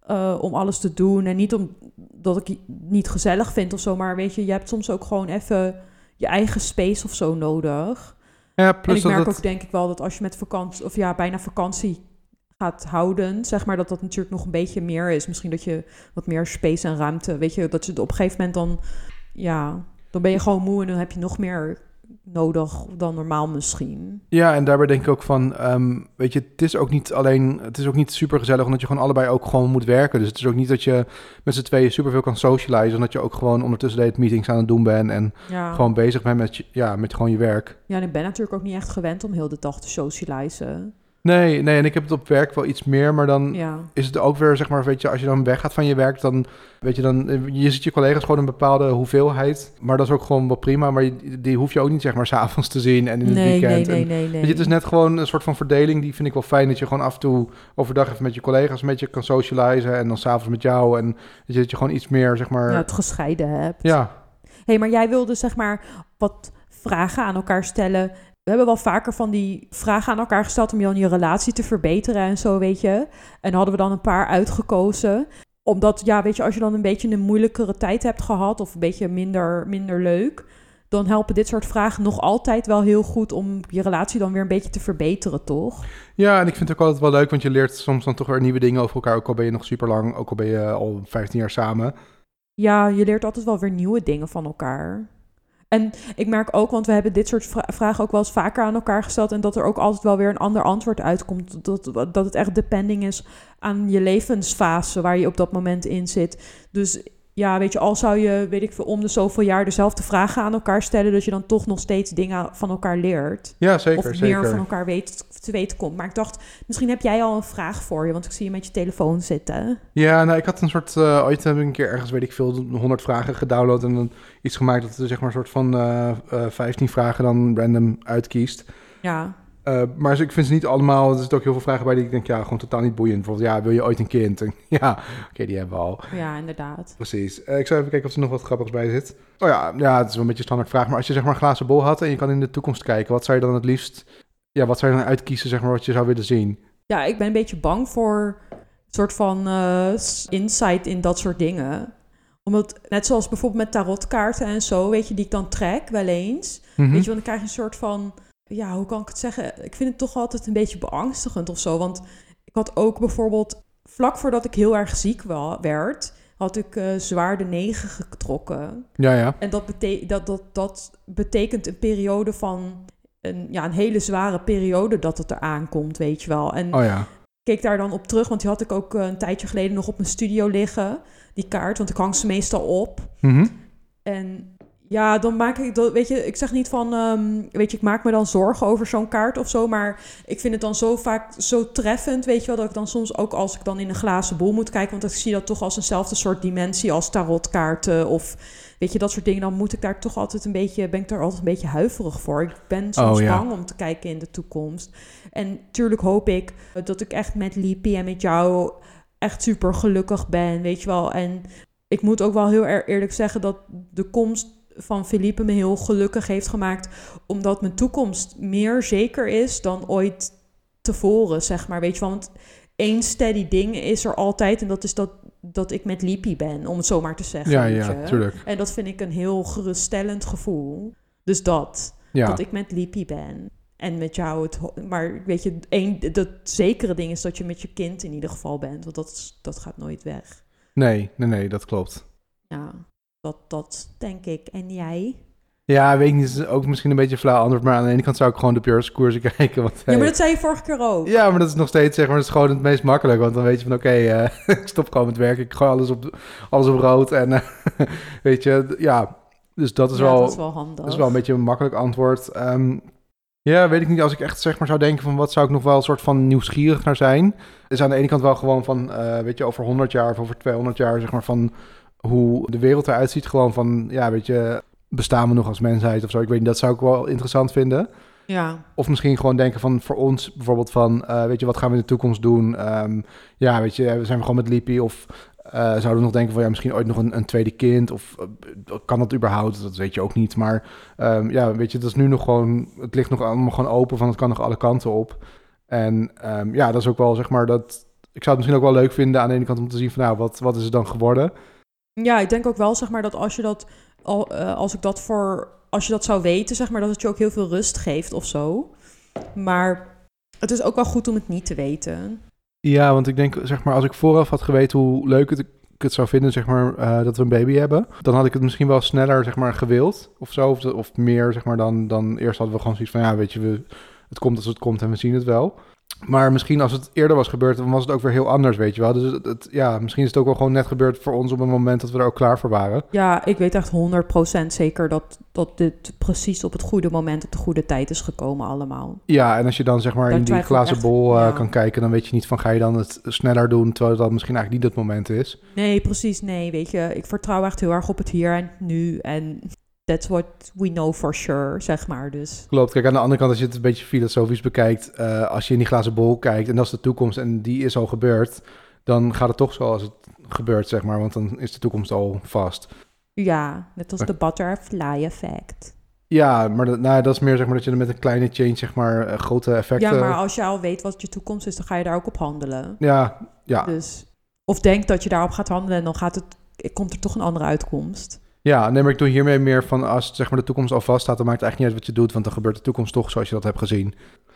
om alles te doen. En niet omdat ik het niet gezellig vind of zo, maar weet je hebt soms ook gewoon even je eigen space of zo nodig. Ja, plus en ik merk ook denk ik wel dat als je met vakantie, of ja, bijna vakantie gaat houden, zeg maar dat natuurlijk nog een beetje meer is. Misschien dat je wat meer space en ruimte, weet je, dat je op een gegeven moment dan, ja, dan ben je gewoon moe en dan heb je nog meer nodig dan normaal misschien. Ja, en daarbij denk ik ook van, weet je, het is ook niet super gezellig, omdat je gewoon allebei ook gewoon moet werken. Dus het is ook niet dat je met z'n tweeën superveel kan socializen, omdat je ook gewoon ondertussen meetings aan het doen bent en gewoon bezig bent met gewoon je werk. Ja, en ik ben natuurlijk ook niet echt gewend om heel de dag te socializen. Nee, en ik heb het op werk wel iets meer, maar dan is het ook weer, zeg maar, weet je, als je dan weggaat van je werk, dan, weet je, je ziet je collega's gewoon een bepaalde hoeveelheid, maar dat is ook gewoon wel prima, maar die hoef je ook niet, zeg maar, 's avonds te zien en in het weekend. Nee. Weet je, het is net gewoon een soort van verdeling, die vind ik wel fijn, dat je gewoon af en toe overdag even met je collega's een beetje kan socializen en dan 's avonds met jou en dat je gewoon iets meer, zeg maar... Ja, het gescheiden hebt. Ja. Hey, maar jij wilde, zeg maar, wat vragen aan elkaar stellen. We hebben wel vaker van die vragen aan elkaar gesteld om je relatie te verbeteren en zo, weet je. En hadden we dan een paar uitgekozen. Omdat, ja, weet je, als je dan een beetje een moeilijkere tijd hebt gehad of een beetje minder leuk, dan helpen dit soort vragen nog altijd wel heel goed om je relatie dan weer een beetje te verbeteren, toch? Ja, en ik vind het ook altijd wel leuk, want je leert soms dan toch weer nieuwe dingen over elkaar, ook al ben je nog super lang, ook al ben je al 15 jaar samen. Ja, je leert altijd wel weer nieuwe dingen van elkaar. En ik merk ook, want we hebben dit soort vragen ook wel eens vaker aan elkaar gesteld, en dat er ook altijd wel weer een ander antwoord uitkomt. Dat het echt depending is aan je levensfase waar je op dat moment in zit. Dus ja, weet je, al zou je, weet ik veel, om de zoveel jaar dezelfde vragen aan elkaar stellen, dat je dan toch nog steeds dingen van elkaar leert. Ja, zeker. Of meer van elkaar te weten komt. Maar ik dacht, misschien heb jij al een vraag voor je, want ik zie je met je telefoon zitten. Ja, nou, ik had een soort, ooit heb ik een keer ergens, weet ik veel, 100 vragen gedownload en dan iets gemaakt dat er, zeg maar, een soort van 15 vragen dan random uitkiest. Ja. Maar ik vind ze niet allemaal, er zitten ook heel veel vragen bij die ik denk, ja, gewoon totaal niet boeiend. Bijvoorbeeld, ja, wil je ooit een kind? En, ja, oké, die hebben we al. Ja, inderdaad. Precies. Ik zou even kijken of er nog wat grappigs bij zit. Oh ja, het is wel een beetje een standaard vraag. Maar als je, zeg maar, een glazen bol had en je kan in de toekomst kijken, wat zou je dan het liefst, ja, wat zou je dan uitkiezen, zeg maar, wat je zou willen zien? Ja, ik ben een beetje bang voor een soort van insight in dat soort dingen. Omdat, net zoals bijvoorbeeld met tarotkaarten en zo, weet je, die ik dan trek wel eens. Mm-hmm. Weet je, want dan krijg je een soort van, ja, hoe kan ik het zeggen? Ik vind het toch altijd een beetje beangstigend of zo. Want ik had ook bijvoorbeeld, vlak voordat ik heel erg ziek werd, had ik zwaar de 9 getrokken. Ja. En dat betekent een periode van, een hele zware periode dat het eraan komt, weet je wel. En ik keek daar dan op terug, want die had ik ook een tijdje geleden nog op mijn studio liggen, die kaart, want ik hang ze meestal op. Mm-hmm. En ja, dan maak ik dat, weet je, ik zeg niet van, weet je, ik maak me dan zorgen over zo'n kaart of zo, maar ik vind het dan zo vaak zo treffend, weet je wel, dat ik dan soms ook als ik dan in een glazen bol moet kijken, want ik zie dat toch als eenzelfde soort dimensie als tarotkaarten of, weet je, dat soort dingen, dan moet ik daar toch altijd ben ik daar altijd een beetje huiverig voor. Ik ben soms bang om te kijken in de toekomst. En tuurlijk hoop ik dat ik echt met Liepie en met jou echt super gelukkig ben, weet je wel. En ik moet ook wel heel eerlijk zeggen dat de komst van Felipe me heel gelukkig heeft gemaakt, omdat mijn toekomst meer zeker is dan ooit tevoren, zeg maar. Weet je wel, want één steady ding is er altijd en dat is dat ik met Liepie ben, om het zo maar te zeggen. Ja, tuurlijk. En dat vind ik een heel geruststellend gevoel. Dus dat ik met Liepie ben. En met jou, maar weet je, dat zekere ding is dat je met je kind in ieder geval bent. Want dat gaat nooit weg. Nee, dat klopt. Ja, dat denk ik. En jij? Ja, weet ik niet, het is ook misschien een beetje een flauw antwoord, maar aan de ene kant zou ik gewoon de pure koersen kijken. Want, ja, maar dat zei je vorige keer ook. Ja, maar dat is nog steeds, zeg maar, dat is gewoon het meest makkelijk. Want dan weet je van, oké, ik stop gewoon met werken, ik gooi alles op rood. En weet je, ja, dus dat is wel handig. Dat is wel een beetje een makkelijk antwoord. Ja, weet ik niet, als ik echt zeg maar zou denken van wat zou ik nog wel een soort van nieuwsgierig naar zijn. Is aan de ene kant wel gewoon van, weet je, over 100 jaar of over 200 jaar, zeg maar, van hoe de wereld eruit ziet. Gewoon van, ja, weet je, bestaan we nog als mensheid of zo? Ik weet niet, dat zou ik wel interessant vinden. Ja. Of misschien gewoon denken van voor ons bijvoorbeeld van, weet je, wat gaan we in de toekomst doen? Ja, weet je, zijn we gewoon met Liepie of zouden we nog denken van ja, misschien ooit nog een tweede kind? Of kan dat überhaupt? Dat weet je ook niet. Maar ja, weet je, dat is nu nog gewoon, het ligt nog allemaal gewoon open van het kan nog alle kanten op. En ja, dat is ook wel zeg maar dat, ik zou het misschien ook wel leuk vinden aan de ene kant om te zien van nou, wat is het dan geworden? Ja, ik denk ook wel zeg maar dat als je dat zou weten, zeg maar, dat het je ook heel veel rust geeft of zo. Maar het is ook wel goed om het niet te weten. Ja, want ik denk, zeg maar, als ik vooraf had geweten hoe leuk ik het zou vinden, zeg maar, dat we een baby hebben, dan had ik het misschien wel sneller, zeg maar, gewild of zo. Of meer, zeg maar, dan eerst hadden we gewoon zoiets van, ja, weet je, het komt als het komt en we zien het wel. Maar misschien als het eerder was gebeurd, dan was het ook weer heel anders, weet je wel. Dus ja, misschien is het ook wel gewoon net gebeurd voor ons op een moment dat we er ook klaar voor waren. Ja, ik weet echt 100% zeker dat dit precies op het goede moment, op de goede tijd is gekomen allemaal. Ja, en als je dan zeg maar in die glazen bol kan kijken, dan weet je niet van ga je dan het sneller doen, terwijl dat misschien eigenlijk niet het moment is. Nee, precies, nee, weet je. Ik vertrouw echt heel erg op het hier en nu en that's what we know for sure, zeg maar, dus. Klopt. Kijk, aan de andere kant, als je het een beetje filosofisch bekijkt, als je in die glazen bol kijkt en dat is de toekomst en die is al gebeurd, dan gaat het toch zoals het gebeurt, zeg maar, want dan is de toekomst al vast. Ja, net als de butterfly effect. Ja, maar dat is meer, zeg maar, dat je er met een kleine change, zeg maar, grote effecten. Ja, maar als je al weet wat je toekomst is, dan ga je daar ook op handelen. Ja. Dus, of denk dat je daarop gaat handelen en dan komt er toch een andere uitkomst. Ja, nee, maar ik doe hiermee meer van als zeg maar de toekomst al vast staat, dan maakt het eigenlijk niet uit wat je doet, want dan gebeurt de toekomst toch zoals je dat hebt gezien.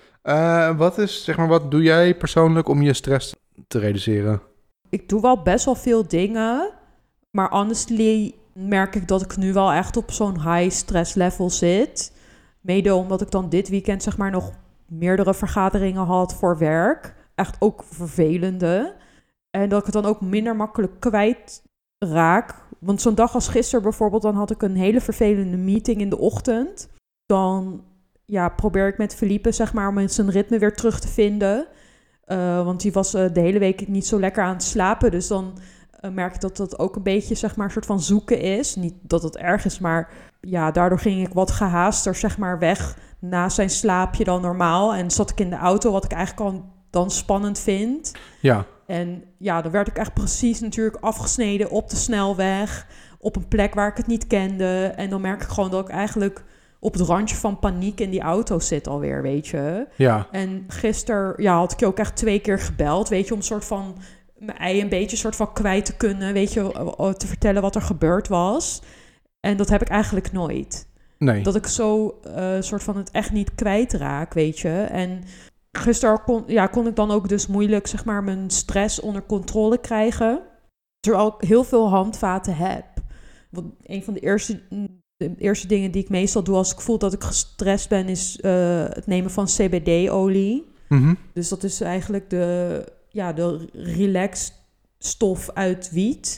Wat doe jij persoonlijk om je stress te reduceren? Ik doe wel best wel veel dingen, maar honestly merk ik dat ik nu wel echt op zo'n high stress level zit. Mede omdat ik dan dit weekend zeg maar nog meerdere vergaderingen had voor werk. Echt ook vervelende. En dat ik het dan ook minder makkelijk kwijt raak. Want zo'n dag als gisteren bijvoorbeeld, dan had ik een hele vervelende meeting in de ochtend. Dan probeer ik met Felipe zeg maar om zijn ritme weer terug te vinden. Want die was de hele week niet zo lekker aan het slapen. Dus dan merk ik dat dat ook een beetje zeg maar een soort van zoeken is. Niet dat het erg is, maar ja, daardoor ging ik wat gehaaster zeg maar weg na zijn slaapje dan normaal. En zat ik in de auto, wat ik eigenlijk al dan spannend vind. Ja. En ja, dan werd ik echt precies natuurlijk afgesneden op de snelweg, op een plek waar ik het niet kende. En dan merk ik gewoon dat ik eigenlijk op het randje van paniek in die auto zit alweer, weet je. Ja. En gisteren had ik je ook echt 2 keer gebeld, weet je, om een soort van mijn ei een beetje soort van kwijt te kunnen, weet je, te vertellen wat er gebeurd was. En dat heb ik eigenlijk nooit. Nee. Dat ik zo soort van het echt niet kwijtraak, weet je. En gisteren kon ik dan ook dus moeilijk zeg maar mijn stress onder controle krijgen, terwijl ik heel veel handvaten heb. Want een van de eerste dingen die ik meestal doe als ik voel dat ik gestrest ben, is het nemen van CBD-olie. Mm-hmm. Dus dat is eigenlijk de relaxstof uit wiet.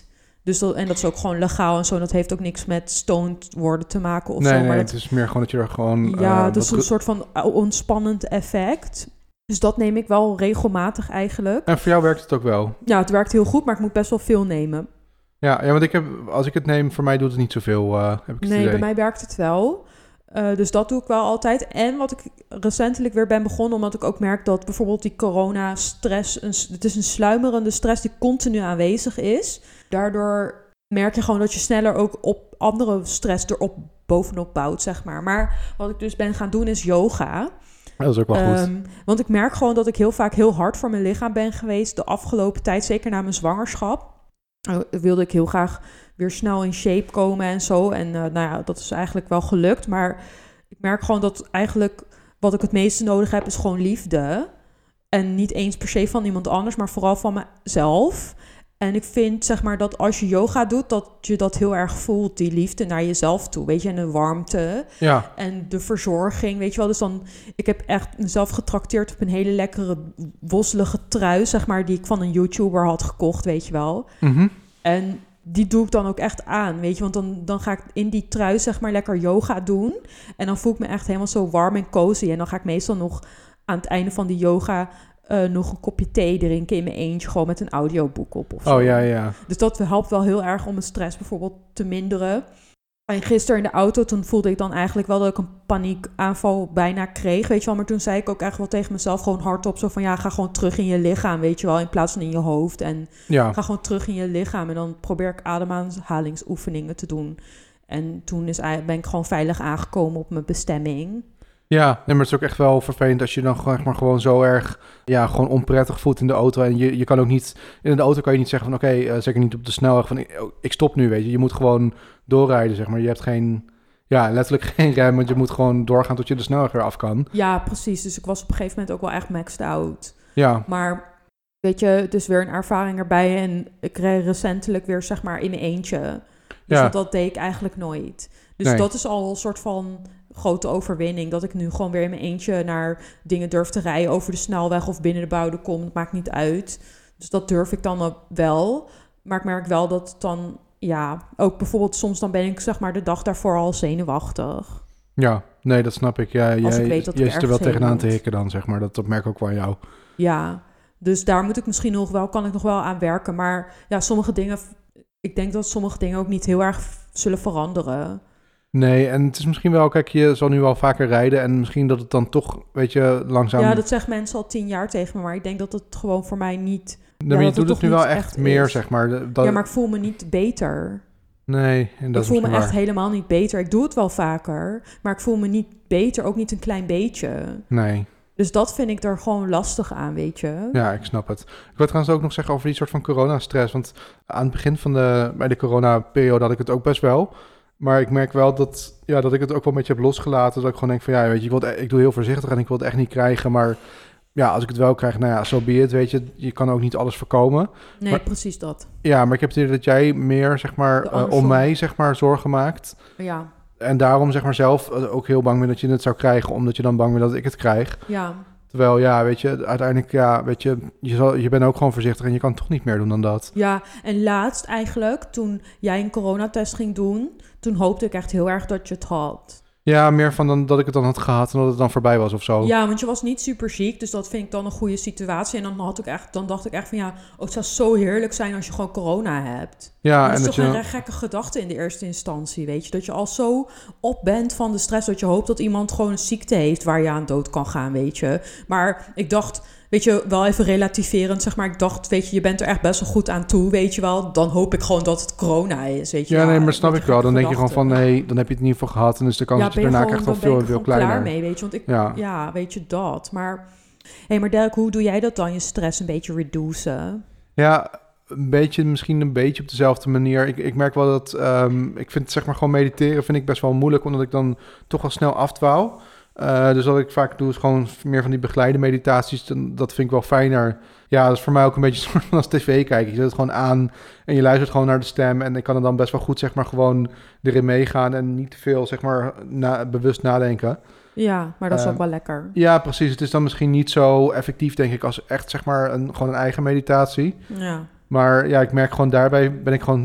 Dus en dat is ook gewoon legaal en zo. Dat heeft ook niks met stoned worden te maken of zo. Nee, Maar het is meer gewoon dat je er gewoon... Ja, dat is een soort van ontspannend effect. Dus dat neem ik wel regelmatig eigenlijk. En voor jou werkt het ook wel? Ja, het werkt heel goed, maar ik moet best wel veel nemen. Ja, want als ik het neem, voor mij doet het niet zoveel, heb ik het idee. Bij mij werkt het wel. Dus dat doe ik wel altijd. En wat ik recentelijk weer ben begonnen, omdat ik ook merk dat bijvoorbeeld die corona-stress, het is een sluimerende stress die continu aanwezig is. Daardoor merk je gewoon dat je sneller ook op andere stress erop bovenop bouwt, zeg maar. Maar wat ik dus ben gaan doen is yoga. Dat is ook wel goed. Want ik merk gewoon dat ik heel vaak heel hard voor mijn lichaam ben geweest de afgelopen tijd, zeker na mijn zwangerschap. Wilde ik heel graag weer snel in shape komen en zo. En dat is eigenlijk wel gelukt. Maar ik merk gewoon dat eigenlijk wat ik het meeste nodig heb is gewoon liefde. En niet eens per se van iemand anders, maar vooral van mezelf. En ik vind, zeg maar, dat als je yoga doet, dat je dat heel erg voelt, die liefde naar jezelf toe, weet je, en de warmte en de verzorging, weet je wel. Dus dan, ik heb echt mezelf getrakteerd op een hele lekkere, wosselige trui, zeg maar, die ik van een YouTuber had gekocht, weet je wel. Mm-hmm. En die doe ik dan ook echt aan, weet je, want dan ga ik in die trui, zeg maar, lekker yoga doen. En dan voel ik me echt helemaal zo warm en cozy. En dan ga ik meestal nog aan het einde van die yoga nog een kopje thee drinken in mijn eentje, gewoon met een audioboek op of zo. Oh, ja. Dus dat helpt wel heel erg om mijn stress bijvoorbeeld te minderen. En gisteren in de auto, toen voelde ik dan eigenlijk wel dat ik een paniekaanval bijna kreeg, weet je wel. Maar toen zei ik ook echt wel tegen mezelf gewoon hardop zo van, ja, ga gewoon terug in je lichaam, weet je wel, in plaats van in je hoofd. En ga gewoon terug in je lichaam en dan probeer ik ademhalingsoefeningen te doen. En toen ben ik gewoon veilig aangekomen op mijn bestemming. Ja, maar het is ook echt wel vervelend als je dan gewoon zo erg gewoon onprettig voelt in de auto. En je kan ook niet, in de auto kan je niet zeggen van oké, zeker niet op de snelweg van ik stop nu, weet je. Je moet gewoon doorrijden, zeg maar. Je hebt letterlijk geen rem, want je moet gewoon doorgaan tot je de snelweg weer af kan. Ja, precies. Dus ik was op een gegeven moment ook wel echt maxed out. Ja. Maar weet je, het is weer een ervaring erbij en ik reed recentelijk weer, zeg maar, in mijn eentje. Dus dat deed ik eigenlijk nooit. Dus dat is al een soort van grote overwinning, dat ik nu gewoon weer in mijn eentje naar dingen durf te rijden over de snelweg of binnen de bouwde kom. Het maakt niet uit. Dus dat durf ik dan wel. Maar ik merk wel dat het dan, ook bijvoorbeeld soms dan ben ik, zeg maar, de dag daarvoor al zenuwachtig. Ja, nee, dat snap ik. Ja, als ik weet dat je zit er wel tegenaan te hikken dan, zeg maar. Dat merk ik ook wel aan jou. Ja, dus daar moet ik misschien kan ik nog wel aan werken. Maar ja, sommige dingen, ik denk dat sommige dingen ook niet heel erg zullen veranderen. Nee, en het is misschien wel, kijk, je zal nu wel vaker rijden en misschien dat het dan toch, weet je, langzaam... Ja, dat zeggen mensen al 10 jaar tegen me, maar ik denk dat het gewoon voor mij niet... Nee, maar je doet het nu wel echt meer, is. Zeg maar. Ja, maar ik voel me niet beter. Nee, en dat ik voel me echt helemaal niet beter. Ik doe het wel vaker, maar ik voel me niet beter, ook niet een klein beetje. Nee. Dus dat vind ik er gewoon lastig aan, weet je. Ja, ik snap het. Ik wil trouwens ook nog zeggen over die soort van coronastress, want aan het begin van bij de coronaperiode had ik het ook best wel. Maar ik merk wel dat ik het ook wel een beetje heb losgelaten. Dat ik gewoon denk van, weet je, ik doe heel voorzichtig en ik wil het echt niet krijgen. Maar ja, als ik het wel krijg, zo be it, weet je. Je kan ook niet alles voorkomen. Nee, maar, precies dat. Ja, maar ik heb het idee dat jij meer, zeg maar, om mij, zeg maar, zorgen maakt. Ja. En daarom, zeg maar, zelf ook heel bang ben dat je het zou krijgen, omdat je dan bang bent dat ik het krijg. Ja. Terwijl, weet je, uiteindelijk, weet je bent ook gewoon voorzichtig en je kan toch niet meer doen dan dat. Ja, en laatst eigenlijk, toen jij een coronatest ging doen, toen hoopte ik echt heel erg dat je het had. Ja, meer van dat ik het dan had gehad en dat het dan voorbij was of zo. Ja, want je was niet super ziek, dus dat vind ik dan een goede situatie. En dan dacht ik echt van het zou zo heerlijk zijn als je gewoon corona hebt. Ja, dat is toch een gekke gedachte in de eerste instantie, weet je. Dat je al zo op bent van de stress, dat je hoopt dat iemand gewoon een ziekte heeft waar je aan dood kan gaan, weet je. Maar ik dacht, weet je, wel even relativerend, zeg maar. Ik dacht, weet je bent er echt best wel goed aan toe, weet je wel. Dan hoop ik gewoon dat het corona is, weet je. Ja, nee, maar snap ik wel. Dan denk je gewoon van, nee, dan heb je het in ieder geval gehad. En dus de kans dat je daarna echt wel veel kleiner. Klaar mee, weet je. Want weet je dat. Maar, maar Dirk, hoe doe jij dat dan, je stress een beetje reducen? Ja, misschien een beetje op dezelfde manier. Ik merk wel dat, ik vind zeg maar gewoon mediteren vind ik best wel moeilijk, omdat ik dan toch wel snel afdwaal. Dus wat ik vaak doe is gewoon meer van die begeleide meditaties. Dat vind ik wel fijner. Ja, dat is voor mij ook een beetje soort van als tv kijken. Je zet het gewoon aan en je luistert gewoon naar de stem. En ik kan er dan best wel goed, zeg maar, gewoon erin meegaan en niet te veel, zeg maar, bewust nadenken. Ja, maar dat is ook wel lekker. Ja, precies. Het is dan misschien niet zo effectief, denk ik, als echt, zeg maar, gewoon een eigen meditatie. Ja. Maar ja, ik merk gewoon daarbij ben ik gewoon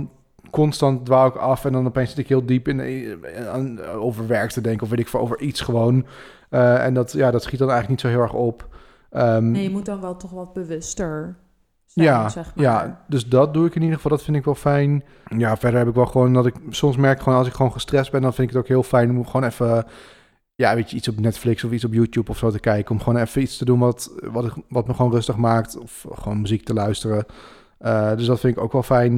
constant dwaal ik af en dan opeens zit ik heel diep over werk te denken of weet ik veel, over iets gewoon. En dat schiet dan eigenlijk niet zo heel erg op. Nee, je moet dan wel toch wat bewuster zijn, zeg maar. Ja, dus dat doe ik in ieder geval. Dat vind ik wel fijn. Ja, verder heb ik wel gewoon dat ik soms merk gewoon als ik gewoon gestrest ben, dan vind ik het ook heel fijn om gewoon even, iets op Netflix of iets op YouTube of zo te kijken. Om gewoon even iets te doen wat me gewoon rustig maakt. Of gewoon muziek te luisteren. Dus dat vind ik ook wel fijn.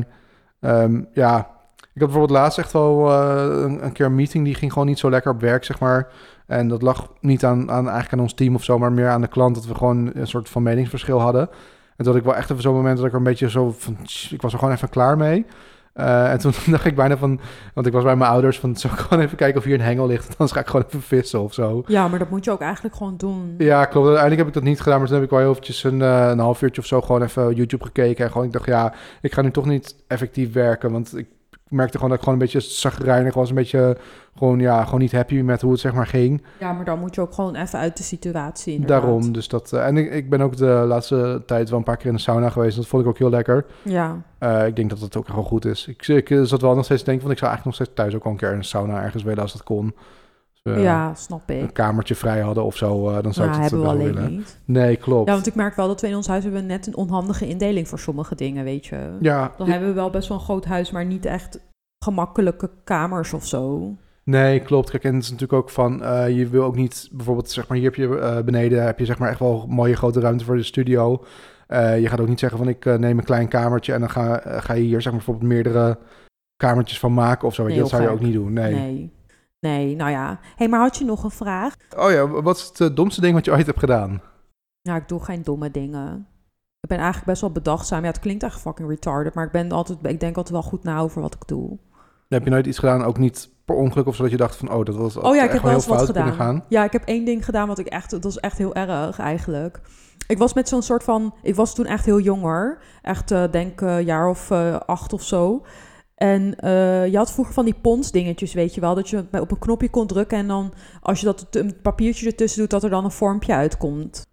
Ik had bijvoorbeeld laatst echt wel een keer een meeting. Die ging gewoon niet zo lekker op werk, zeg maar. En dat lag niet eigenlijk aan ons team of zo, maar meer aan de klant. Dat we gewoon een soort van meningsverschil hadden. En dat ik wel echt even zo'n moment dat ik er een beetje zo van... Ik was er gewoon even klaar mee. En toen dacht ik bijna van... Want ik was bij mijn ouders van... Zal ik gewoon even kijken of hier een hengel ligt? En dan ga ik gewoon even vissen of zo. Ja, maar dat moet je ook eigenlijk gewoon doen. Ja, klopt. Uiteindelijk heb ik dat niet gedaan. Maar toen heb ik wel heel eventjes een half uurtje of zo... gewoon even YouTube gekeken. En gewoon ik dacht, ik ga nu toch niet effectief werken. Want ik merkte gewoon dat ik gewoon een beetje chagrijnig was. Een beetje gewoon niet happy met hoe het zeg maar ging. Ja, maar dan moet je ook gewoon even uit de situatie inderdaad. Daarom, dus dat... en ik ben ook de laatste tijd wel een paar keer in de sauna geweest. Dat vond ik ook heel lekker. Ja. Ik denk dat het ook gewoon goed is. Ik zat wel nog steeds te denken... want ik zou eigenlijk nog steeds thuis ook al een keer in een sauna ergens willen als dat kon. Dus snap ik. Een kamertje vrij hadden of zo, dan zou ik het hebben we wel alleen willen. niet. Nee, klopt. Ja, want ik merk wel dat we in ons huis hebben net een onhandige indeling voor sommige dingen, weet je. Ja. Dan hebben we wel best wel een groot huis, maar niet echt gemakkelijke kamers of zo. Nee, klopt. Kijk, en het is natuurlijk ook van... je wil ook niet... Bijvoorbeeld, zeg maar, hier heb je beneden... heb je zeg maar echt wel een mooie grote ruimte voor de studio. Je gaat ook niet zeggen van... ik neem een klein kamertje... en dan ga je hier zeg maar bijvoorbeeld meerdere kamertjes van maken of zo. Nee, dat zou je ook niet doen. Nee, nou ja. Hey, maar had je nog een vraag? Oh ja, wat is het domste ding wat je ooit hebt gedaan? Nou, ik doe geen domme dingen. Ik ben eigenlijk best wel bedachtzaam. Ja, het klinkt echt fucking retarded, maar ik denk altijd wel goed na over wat ik doe. Heb je nooit iets gedaan, ook niet per ongeluk of zo, dat je dacht van, dat was ik heb wel eens wat gedaan. Gaan? Ja, ik heb één ding gedaan dat was echt heel erg eigenlijk. Ik was met zo'n soort van, ik was toen echt heel jonger, echt denk een jaar of 8 of zo. En je had vroeger van die ponsdingetjes, weet je wel, dat je op een knopje kon drukken en dan, als je een papiertje ertussen doet, dat er dan een vormpje uitkomt.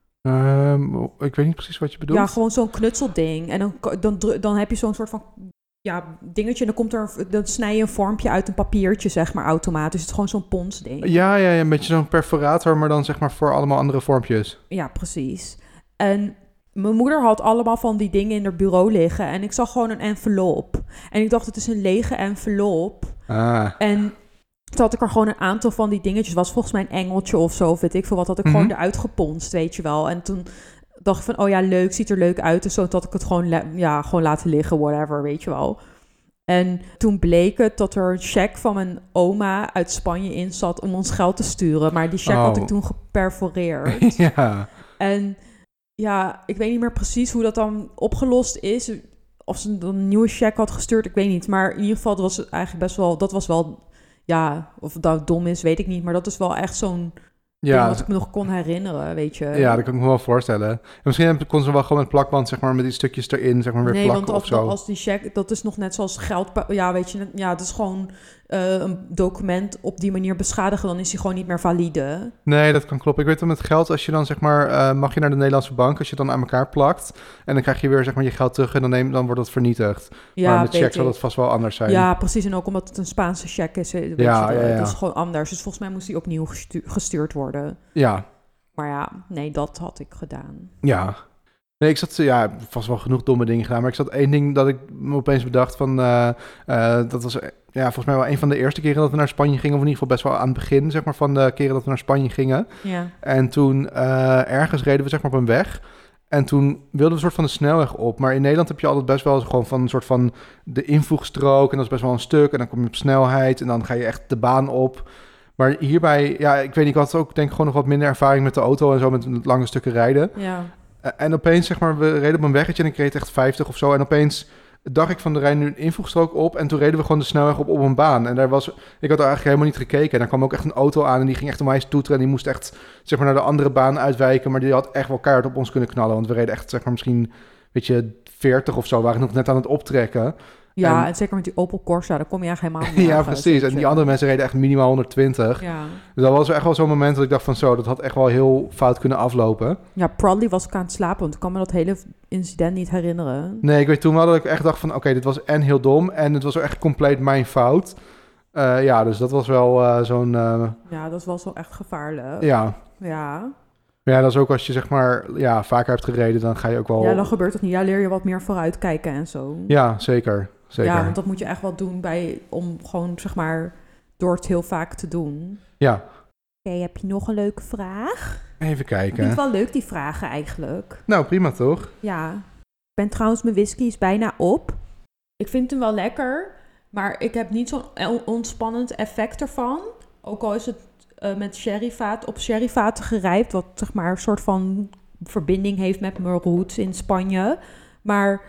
Ik weet niet precies wat je bedoelt. Ja, gewoon zo'n knutselding. En dan heb je zo'n soort van dingetje en dan snij je een vormpje uit een papiertje, zeg maar, automatisch. Het is gewoon zo'n ponsding. Ja, een beetje zo'n perforator, maar dan zeg maar voor allemaal andere vormpjes. Ja, precies. En mijn moeder had allemaal van die dingen in haar bureau liggen en ik zag gewoon een envelop. En ik dacht, het is een lege envelop. En toen had ik er gewoon een aantal van die dingetjes. Was volgens mij een engeltje of zo, of weet ik veel wat. Had ik gewoon eruit geponst, weet je wel. En toen dacht ik van, leuk, ziet er leuk uit. Dus zo dat ik het gewoon laten liggen, whatever, weet je wel. En toen bleek het dat er een cheque van mijn oma uit Spanje in zat om ons geld te sturen. Maar die cheque had ik toen geperforeerd. Ja. En ja, ik weet niet meer precies hoe dat dan opgelost is. Of ze dan een nieuwe cheque had gestuurd, ik weet niet. Maar in ieder geval, dat was eigenlijk best wel... Dat was wel... Ja, of dat dom is, weet ik niet. Maar dat is wel echt zo'n ding wat ik me nog kon herinneren, weet je. Ja, dat kan ik me wel voorstellen. En misschien kon ze wel gewoon met plakband, zeg maar, met die stukjes erin, zeg maar, weer plakken of zo. Nee, want als die cheque, dat is nog net zoals geld... Ja, weet je, het is gewoon een document op die manier beschadigen, dan is die gewoon niet meer valide. Nee, dat kan kloppen. Ik weet dat met geld, als je dan, zeg maar, mag je naar de Nederlandse bank, als je het dan aan elkaar plakt, en dan krijg je weer, zeg maar, je geld terug en dan wordt dat vernietigd. Ja, maar met cheque zal dat vast wel anders zijn. Ja, precies. En ook omdat het een Spaanse cheque is, weet je, dat is gewoon anders. Dus volgens mij moest die opnieuw gestuurd worden. Ja. Maar nee, dat had ik gedaan. Ja. Nee, ik zat, vast wel genoeg domme dingen gedaan, maar ik zat één ding dat ik me opeens bedacht van, dat was, volgens mij wel een van de eerste keren dat we naar Spanje gingen, of in ieder geval best wel aan het begin, zeg maar, van de keren dat we naar Spanje gingen. Ja. En toen ergens reden we, zeg maar, op een weg. En toen wilden we een soort van de snelweg op. Maar in Nederland heb je altijd best wel gewoon van een soort van de invoegstrook. En dat is best wel een stuk. En dan kom je op snelheid. En dan ga je echt de baan op. Maar hierbij, ik weet niet, ik had ook denk ik gewoon nog wat minder ervaring met de auto en zo, met lange stukken rijden. Ja. En opeens, zeg maar, we reden op een weggetje en ik reed echt 50 of zo. En opeens dacht ik van, er rijdt nu een invoegstrook op. En toen reden we gewoon de snelweg op een baan. En ik had eigenlijk helemaal niet gekeken. En daar kwam ook echt een auto aan en die ging echt om mij toeteren. En die moest echt, zeg maar, naar de andere baan uitwijken. Maar die had echt wel keihard op ons kunnen knallen. Want we reden echt, zeg maar, misschien, 40 of zo. We waren nog net aan het optrekken. Ja, En- en zeker met die Opel Corsa, daar kom je echt helemaal niet Ja, ergens, precies. weet En je. die andere mensen reden echt minimaal 120. Ja. Dus dat was echt wel zo'n moment dat ik dacht van zo, dat had echt wel heel fout kunnen aflopen. Ja, probably was ik aan het slapen, want ik kan me dat hele incident niet herinneren. Nee, ik weet toen wel dat ik echt dacht van oké, dit was en heel dom en het was echt compleet mijn fout. Ja, dus dat was wel zo'n... Ja, dat was wel echt gevaarlijk. ja. Ja. Maar ja, dat is ook als je zeg maar vaker hebt gereden, dan ga je ook wel... Ja, dan gebeurt het niet. Ja, leer je wat meer vooruitkijken en zo. Ja, zeker. Zeker. Ja, want dat moet je echt wel doen om gewoon, zeg maar, door het heel vaak te doen. Ja. Oké, heb je nog een leuke vraag? Even Ik vind kijken. het wel leuk, die vragen eigenlijk. Nou, prima toch? Ja. Ik ben trouwens, mijn whisky is bijna op. Ik vind hem wel lekker, maar ik heb niet zo'n ontspannend effect ervan. Ook al is het met sherryvaat op sherryvaten gerijpt, wat zeg maar een soort van verbinding heeft met mijn roots in Spanje. Maar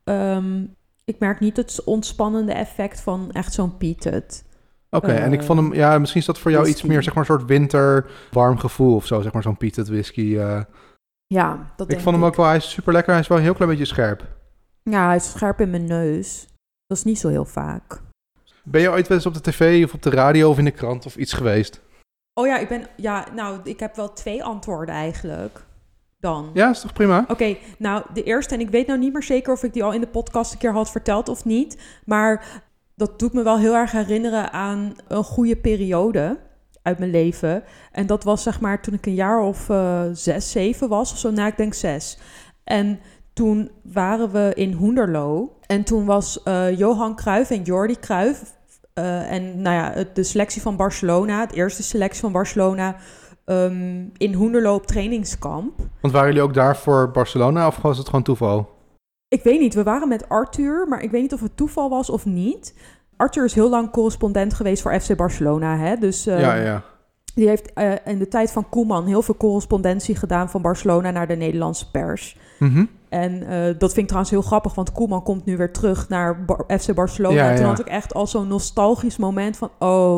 ik merk niet het ontspannende effect van echt zo'n peated. Oké, en ik vond hem... Ja, misschien is dat voor jou iets whisky. meer zeg maar een soort winter warm gevoel of zo. Zeg maar zo'n peated whisky. Ja, dat denk Ik vond hem ook wel... Hij is super lekker. Hij is wel een heel klein beetje scherp. Ja, hij is scherp in mijn neus. Dat is niet zo heel vaak. Ben je ooit wel eens op de tv of op de radio of in de krant of iets geweest? Oh ja, ik heb wel 2 antwoorden eigenlijk. Dan. Ja, is toch prima? Oké, nou, de eerste, en ik weet nou niet meer zeker of ik die al in de podcast een keer had verteld of niet, maar dat doet me wel heel erg herinneren aan een goede periode uit mijn leven. En dat was zeg maar toen ik een jaar of 6, 7 was of zo. Nou, ik denk 6. En toen waren we in Hoenderloo. En toen was Johan Cruijff en Jordi Cruijff en nou ja, de selectie van Barcelona, het eerste selectie van Barcelona, in Hoenderloo op trainingskamp. Want waren jullie ook daar voor Barcelona of was het gewoon toeval? Ik weet niet, we waren met Arthur, maar ik weet niet of het toeval was of niet. Arthur is heel lang correspondent geweest voor FC Barcelona, hè? Dus Ja. die heeft in de tijd van Koeman heel veel correspondentie gedaan van Barcelona naar de Nederlandse pers. Mhm. En dat vind ik trouwens heel grappig, want Koeman komt nu weer terug naar FC Barcelona. Ja, En toen ja. had ik echt al zo'n nostalgisch moment van,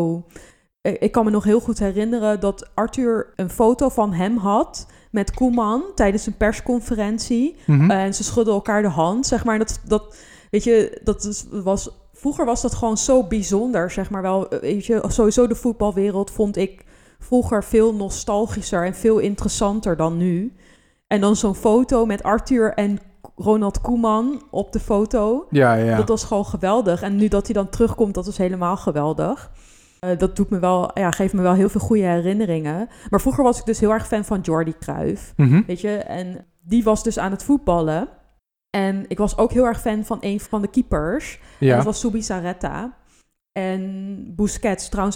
ik kan me nog heel goed herinneren dat Arthur een foto van hem had met Koeman tijdens een persconferentie. Mhm. En ze schudden elkaar de hand, zeg maar. Dat weet je, vroeger was dat gewoon zo bijzonder, zeg maar wel. Weet je, sowieso de voetbalwereld vond ik vroeger veel nostalgischer en veel interessanter dan nu. En dan zo'n foto met Arthur en Ronald Koeman op de foto. Ja. Dat was gewoon geweldig. En nu dat hij dan terugkomt, dat is helemaal geweldig. Dat doet me wel, geeft me wel heel veel goede herinneringen. Maar vroeger was ik dus heel erg fan van Jordi Cruijff. Mhm. Weet je, en die was dus aan het voetballen. En ik was ook heel erg fan van een van de keepers. En Ja. dat was Zubizarreta. En Busquets, trouwens,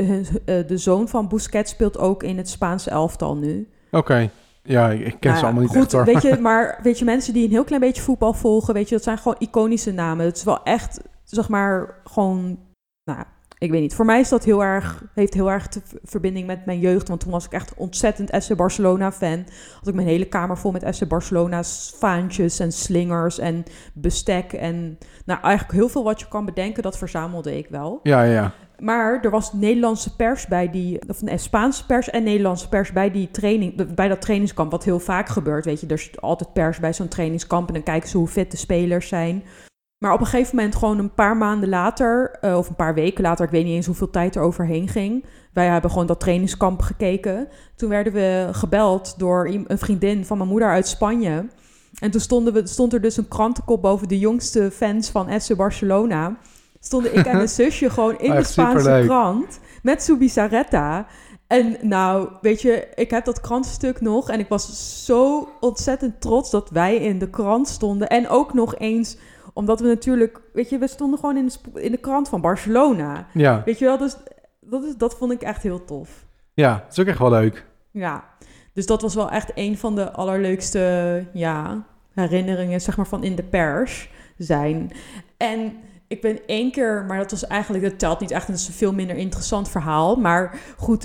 de zoon van Busquets speelt ook in het Spaanse elftal nu. Oké. Ja, ik ken ze allemaal niet goed, echt hoor. weet je, mensen die een heel klein beetje voetbal volgen, weet je, dat zijn gewoon iconische namen. Het is wel echt, zeg maar, gewoon, nou, ik weet niet. Voor mij is dat heeft heel erg verbinding met mijn jeugd, want toen was ik echt ontzettend FC Barcelona fan. Had ik mijn hele kamer vol met FC Barcelona's vaantjes en slingers en bestek en, nou, eigenlijk heel veel wat je kan bedenken, dat verzamelde ik wel. Ja. Maar er was Nederlandse pers Spaanse pers en Nederlandse pers bij dat trainingskamp, wat heel vaak gebeurt. Weet je, er is altijd pers bij zo'n trainingskamp en dan kijken ze hoe fit de spelers zijn. Maar op een gegeven moment, gewoon een paar maanden later, of een paar weken later, ik weet niet eens hoeveel tijd er overheen ging. Wij hebben gewoon dat trainingskamp gekeken. Toen werden we gebeld door een vriendin van mijn moeder uit Spanje. En toen stond er dus een krantenkop boven de jongste fans van FC Barcelona. Stonden ik en mijn zusje gewoon in de Spaanse superleuk. krant met Zubizarreta. En nou, weet je, ik heb dat krantenstuk nog en ik was zo ontzettend trots dat wij in de krant stonden. En ook nog eens, omdat we natuurlijk, weet je, we stonden gewoon in de krant van Barcelona. Ja. Weet je wel, dus dat vond ik echt heel tof. Ja, dat is ook echt wel leuk. Ja, dus dat was wel echt een van de allerleukste herinneringen, zeg maar, van in de pers zijn. En ik ben 1 keer, maar dat telt niet echt, dat is een veel minder interessant verhaal. Maar goed,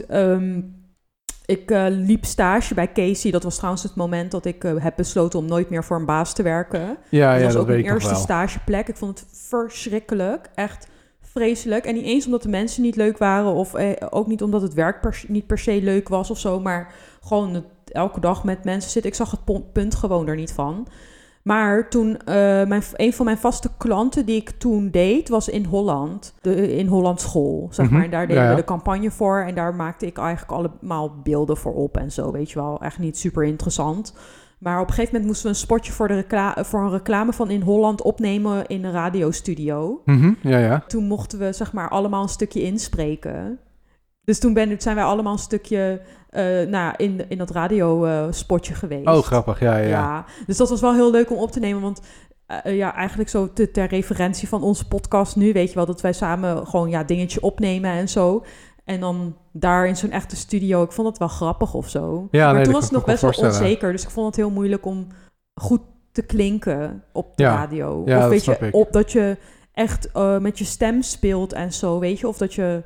ik liep stage bij Casey. Dat was trouwens het moment dat ik heb besloten om nooit meer voor een baas te werken. Ja, Dat was dat ook weet mijn ik nog eerste wel. stageplek. Ik vond het verschrikkelijk, echt vreselijk. En niet eens omdat de mensen niet leuk waren of ook niet omdat het werk niet per se leuk was of zo, maar gewoon elke dag met mensen zitten. Ik zag het punt gewoon er niet van. Maar toen, een van mijn vaste klanten die ik toen deed, was in Holland. In Holland School, zeg maar. En daar deden we de campagne voor. En daar maakte ik eigenlijk allemaal beelden voor op en zo, weet je wel. Echt niet super interessant. Maar op een gegeven moment moesten we een spotje voor een reclame van in Holland opnemen in een radiostudio. Toen mochten we, zeg maar, allemaal een stukje inspreken. Dus toen zijn wij allemaal een stukje in dat radiospotje geweest. Oh, grappig, ja. Dus dat was wel heel leuk om op te nemen, want eigenlijk zo ter referentie van onze podcast nu, weet je wel, dat wij samen gewoon dingetje opnemen en zo. En dan daar in zo'n echte studio, ik vond het wel grappig of zo. Ja, maar toen was het nog best wel onzeker, dus ik vond het heel moeilijk om goed te klinken op de radio. Ja, of weet je, dat je echt met je stem speelt en zo, weet je, of dat je,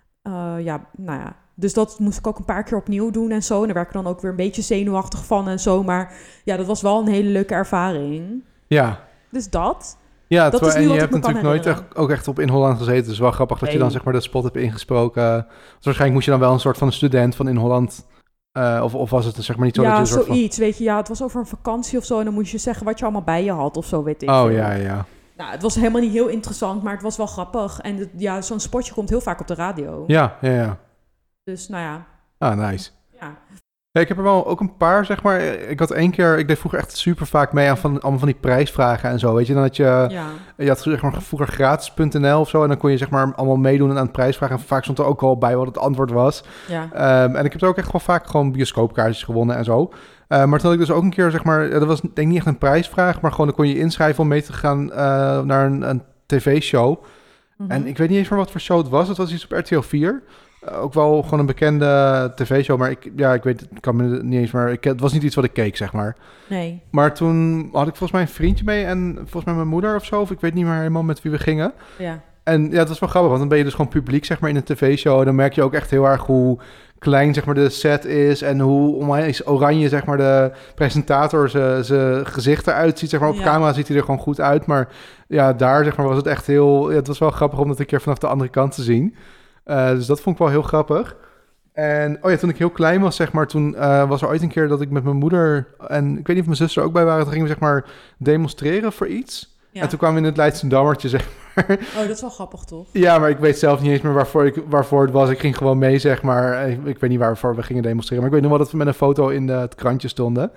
dus dat moest ik ook een paar keer opnieuw doen en zo. En daar werd ik dan ook weer een beetje zenuwachtig van en zo. Maar ja, dat was wel een hele leuke ervaring. Ja. Dus dat. Ja, dat is nu en wat je ik hebt me natuurlijk nooit ook echt op in Holland gezeten. Dus het is wel grappig dat je dan zeg maar de spot hebt ingesproken. Dus waarschijnlijk moest je dan wel een soort van een student van in Holland... Of was het zeg maar niet zo dat je een soort zoiets, weet je. Ja, het was over een vakantie of zo. En dan moest je zeggen wat je allemaal bij je had of zo, weet ik. Ja. Nou, het was helemaal niet heel interessant, maar het was wel grappig. En zo'n spotje komt heel vaak op de radio. Ja. Dus, nou ja. Ah, nice. Ja. Ja, ik heb er wel ook een paar, zeg maar. Ik deed vroeger echt super vaak mee aan allemaal van die prijsvragen en zo, weet je. Dan had je had zeg maar vroeger gratis.nl of zo en dan kon je zeg maar allemaal meedoen aan het prijsvragen. En vaak stond er ook al bij wat het antwoord was. Ja. En ik heb er ook echt wel vaak gewoon bioscoopkaartjes gewonnen en zo. Maar toen had ik dus ook een keer, zeg maar, dat was denk ik niet echt een prijsvraag, maar gewoon dan kon je inschrijven om mee te gaan naar een tv-show. Mm-hmm. En ik weet niet eens meer wat voor show het was. Het was iets op RTL 4. Ook wel gewoon een bekende tv-show, maar ik kan me niet eens meer... Het was niet iets wat ik keek, zeg maar. Nee. Maar toen had ik volgens mij een vriendje mee en volgens mij mijn moeder of zo, of ik weet niet meer helemaal met wie we gingen. Ja. En ja, dat was wel grappig, want dan ben je dus gewoon publiek, zeg maar, in een tv-show. En dan merk je ook echt heel erg hoe klein, zeg maar, de set is en hoe onwijs oranje, zeg maar, de presentator zijn gezicht eruit ziet. Zeg maar, op camera ziet hij er gewoon goed uit, maar ja, daar, zeg maar, was het echt heel... Ja, het was wel grappig om dat een keer vanaf de andere kant te zien. Dus dat vond ik wel heel grappig. En toen ik heel klein was, zeg maar, toen was er ooit een keer dat ik met mijn moeder en ik weet niet of mijn zus er ook bij waren, toen gingen we, zeg maar, demonstreren voor iets. Ja. En toen kwamen we in het Leidschendammertje, zeg maar. Oh, dat is wel grappig, toch? Ja, maar ik weet zelf niet eens meer waarvoor het was. Ik ging gewoon mee, zeg maar. Ik weet niet waarvoor we gingen demonstreren, maar ik weet nog wel dat we met een foto in het krantje stonden.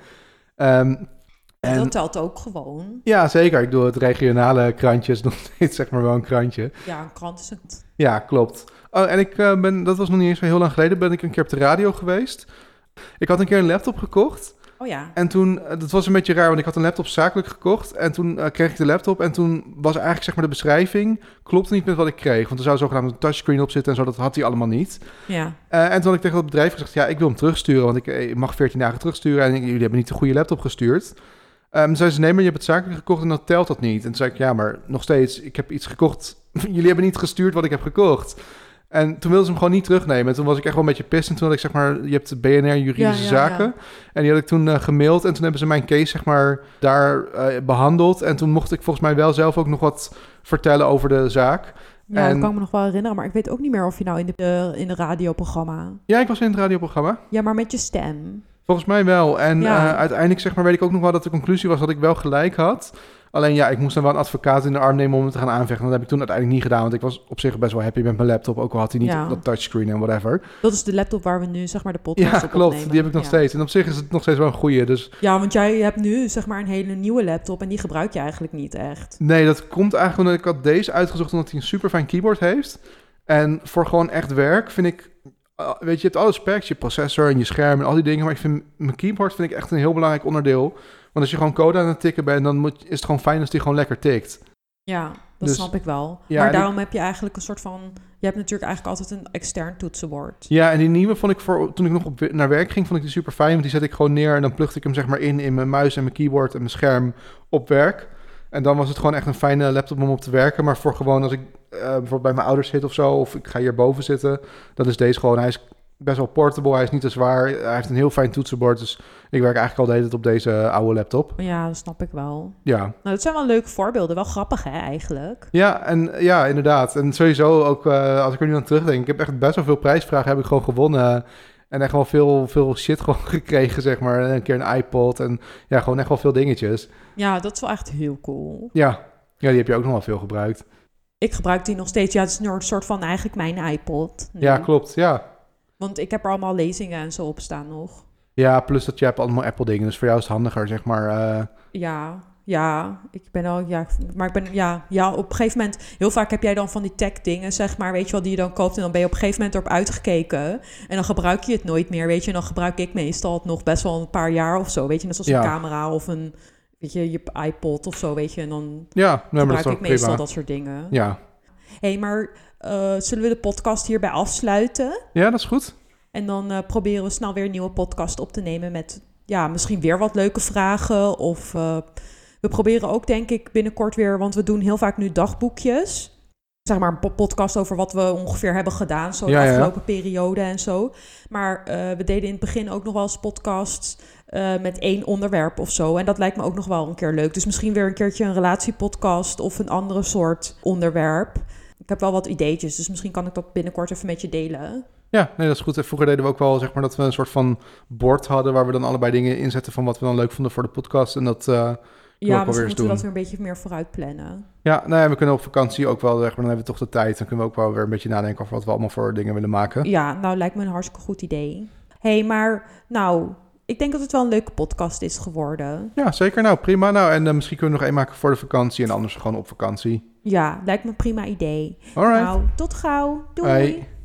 En dat telt ook gewoon. Ja, zeker. Ik bedoel, het regionale krantje is nog steeds, zeg maar, wel een krantje. Ja, een krant is het. Ja, klopt. Oh, en dat was nog niet eens zo heel lang geleden, ben ik een keer op de radio geweest. Ik had een keer een laptop gekocht. Oh ja. En toen, dat was een beetje raar, want ik had een laptop zakelijk gekocht. En toen kreeg ik de laptop en toen was eigenlijk, zeg maar, de beschrijving klopte niet met wat ik kreeg. Want er zou zogenaamd een touchscreen op zitten en zo, dat had hij allemaal niet. Ja. En toen had ik tegen het bedrijf gezegd, ja, ik wil hem terugsturen, want ik mag 14 dagen terugsturen en jullie hebben niet de goede laptop gestuurd. Toen zei ze, nee, maar je hebt het zakelijk gekocht en dan telt dat niet. En toen zei ik, ja, maar nog steeds, ik heb iets gekocht. Jullie hebben niet gestuurd wat ik heb gekocht. En toen wilden ze hem gewoon niet terugnemen. En toen was ik echt wel een beetje pist. En toen had ik, zeg maar, je hebt BNR Juridische Zaken. Ja. En die had ik toen gemaild. En toen hebben ze mijn case, zeg maar, daar behandeld. En toen mocht ik volgens mij wel zelf ook nog wat vertellen over de zaak. Ja, dat kan ik me nog wel herinneren. Maar ik weet ook niet meer of je nou in de radioprogramma... Ja, ik was in het radioprogramma. Ja, maar met je stem. Volgens mij wel. En uiteindelijk, zeg maar, weet ik ook nog wel dat de conclusie was dat ik wel gelijk had. Alleen ja, ik moest dan wel een advocaat in de arm nemen om het te gaan aanvechten. Dat heb ik toen uiteindelijk niet gedaan, want ik was op zich best wel happy met mijn laptop. Ook al had hij niet dat touchscreen en whatever. Dat is de laptop waar we nu, zeg maar, de podcast op klopt. opnemen. Die heb ik nog steeds. En op zich is het nog steeds wel een goeie. Dus... Ja, want jij hebt nu, zeg maar, een hele nieuwe laptop en die gebruik je eigenlijk niet echt. Nee, dat komt eigenlijk omdat ik had deze uitgezocht omdat hij een super fijn keyboard heeft. En voor gewoon echt werk vind ik... Weet je, je hebt alle specs, je processor en je scherm en al die dingen. Maar ik vind mijn keyboard vind ik echt een heel belangrijk onderdeel. Want als je gewoon code aan het tikken bent, dan is het gewoon fijn als die gewoon lekker tikt. Ja, dat snap ik wel. Ja, maar daarom heb je eigenlijk een soort van... Je hebt natuurlijk eigenlijk altijd een extern toetsenbord. Ja, en die nieuwe vond ik toen ik nog naar werk ging, vond ik die super fijn. Want die zet ik gewoon neer en dan plugde ik hem, zeg maar, in mijn muis en mijn keyboard en mijn scherm op werk. En dan was het gewoon echt een fijne laptop om op te werken. Maar voor gewoon als ik bijvoorbeeld bij mijn ouders zit of zo, of ik ga hierboven zitten, dan is deze gewoon... Hij is best wel portable, hij is niet te zwaar. Hij heeft een heel fijn toetsenbord, dus ik werk eigenlijk al de hele tijd op deze oude laptop. Ja, dat snap ik wel. Ja. Nou, dat zijn wel leuke voorbeelden. Wel grappig, hè, eigenlijk. Ja, inderdaad. En sowieso ook, als ik er nu aan terugdenk, ik heb echt best wel veel prijsvragen heb ik gewoon gewonnen En echt wel veel shit gewoon gekregen, zeg maar. En een keer een iPod en ja, gewoon echt wel veel dingetjes. Ja, dat is wel echt heel cool. Ja, die heb je ook nog wel veel gebruikt. Ik gebruik die nog steeds. Ja, het is nu een soort van eigenlijk mijn iPod. Nu. Ja, klopt, ja. Want ik heb er allemaal lezingen en zo op staan nog. Ja, plus dat je hebt allemaal Apple dingen, dus voor jou is het handiger, zeg maar. Ja, ik ben al, maar ik ben, op een gegeven moment, heel vaak heb jij dan van die tech dingen, zeg maar, weet je wel, die je dan koopt en dan ben je op een gegeven moment erop uitgekeken en dan gebruik je het nooit meer, weet je, en dan gebruik ik meestal het nog best wel een paar jaar of zo, weet je, net zoals een camera of een, weet je iPod of zo, weet je, en dan gebruik ik meestal prima. Dat soort dingen. Ja. Hé, maar zullen we de podcast hierbij afsluiten? Ja, dat is goed. En dan proberen we snel weer een nieuwe podcast op te nemen met, misschien weer wat leuke vragen. Of we proberen ook, denk ik, binnenkort weer, want we doen heel vaak nu dagboekjes. Zeg maar een podcast over wat we ongeveer hebben gedaan, zo de afgelopen periode en zo. Maar we deden in het begin ook nog wel eens podcasts met 1 onderwerp of zo. En dat lijkt me ook nog wel een keer leuk. Dus misschien weer een keertje een relatiepodcast of een andere soort onderwerp. Ik heb wel wat ideetjes, dus misschien kan ik dat binnenkort even met je delen. Ja, nee, dat is goed. En vroeger deden we ook wel, zeg maar, dat we een soort van bord hadden waar we dan allebei dingen inzetten van wat we dan leuk vonden voor de podcast. En dat misschien moeten we dat weer een beetje meer vooruit plannen. Ja, nou ja, we kunnen op vakantie ook wel, zeg maar, dan hebben we toch de tijd. Dan kunnen we ook wel weer een beetje nadenken over wat we allemaal voor dingen willen maken. Ja, nou lijkt me een hartstikke goed idee. Hé, maar nou, ik denk dat het wel een leuke podcast is geworden. Ja, zeker. Nou, prima. Nou, en misschien kunnen we nog 1 maken voor de vakantie en anders gewoon op vakantie. Ja, lijkt me een prima idee. Alright. Nou, tot gauw. Doei. Bye.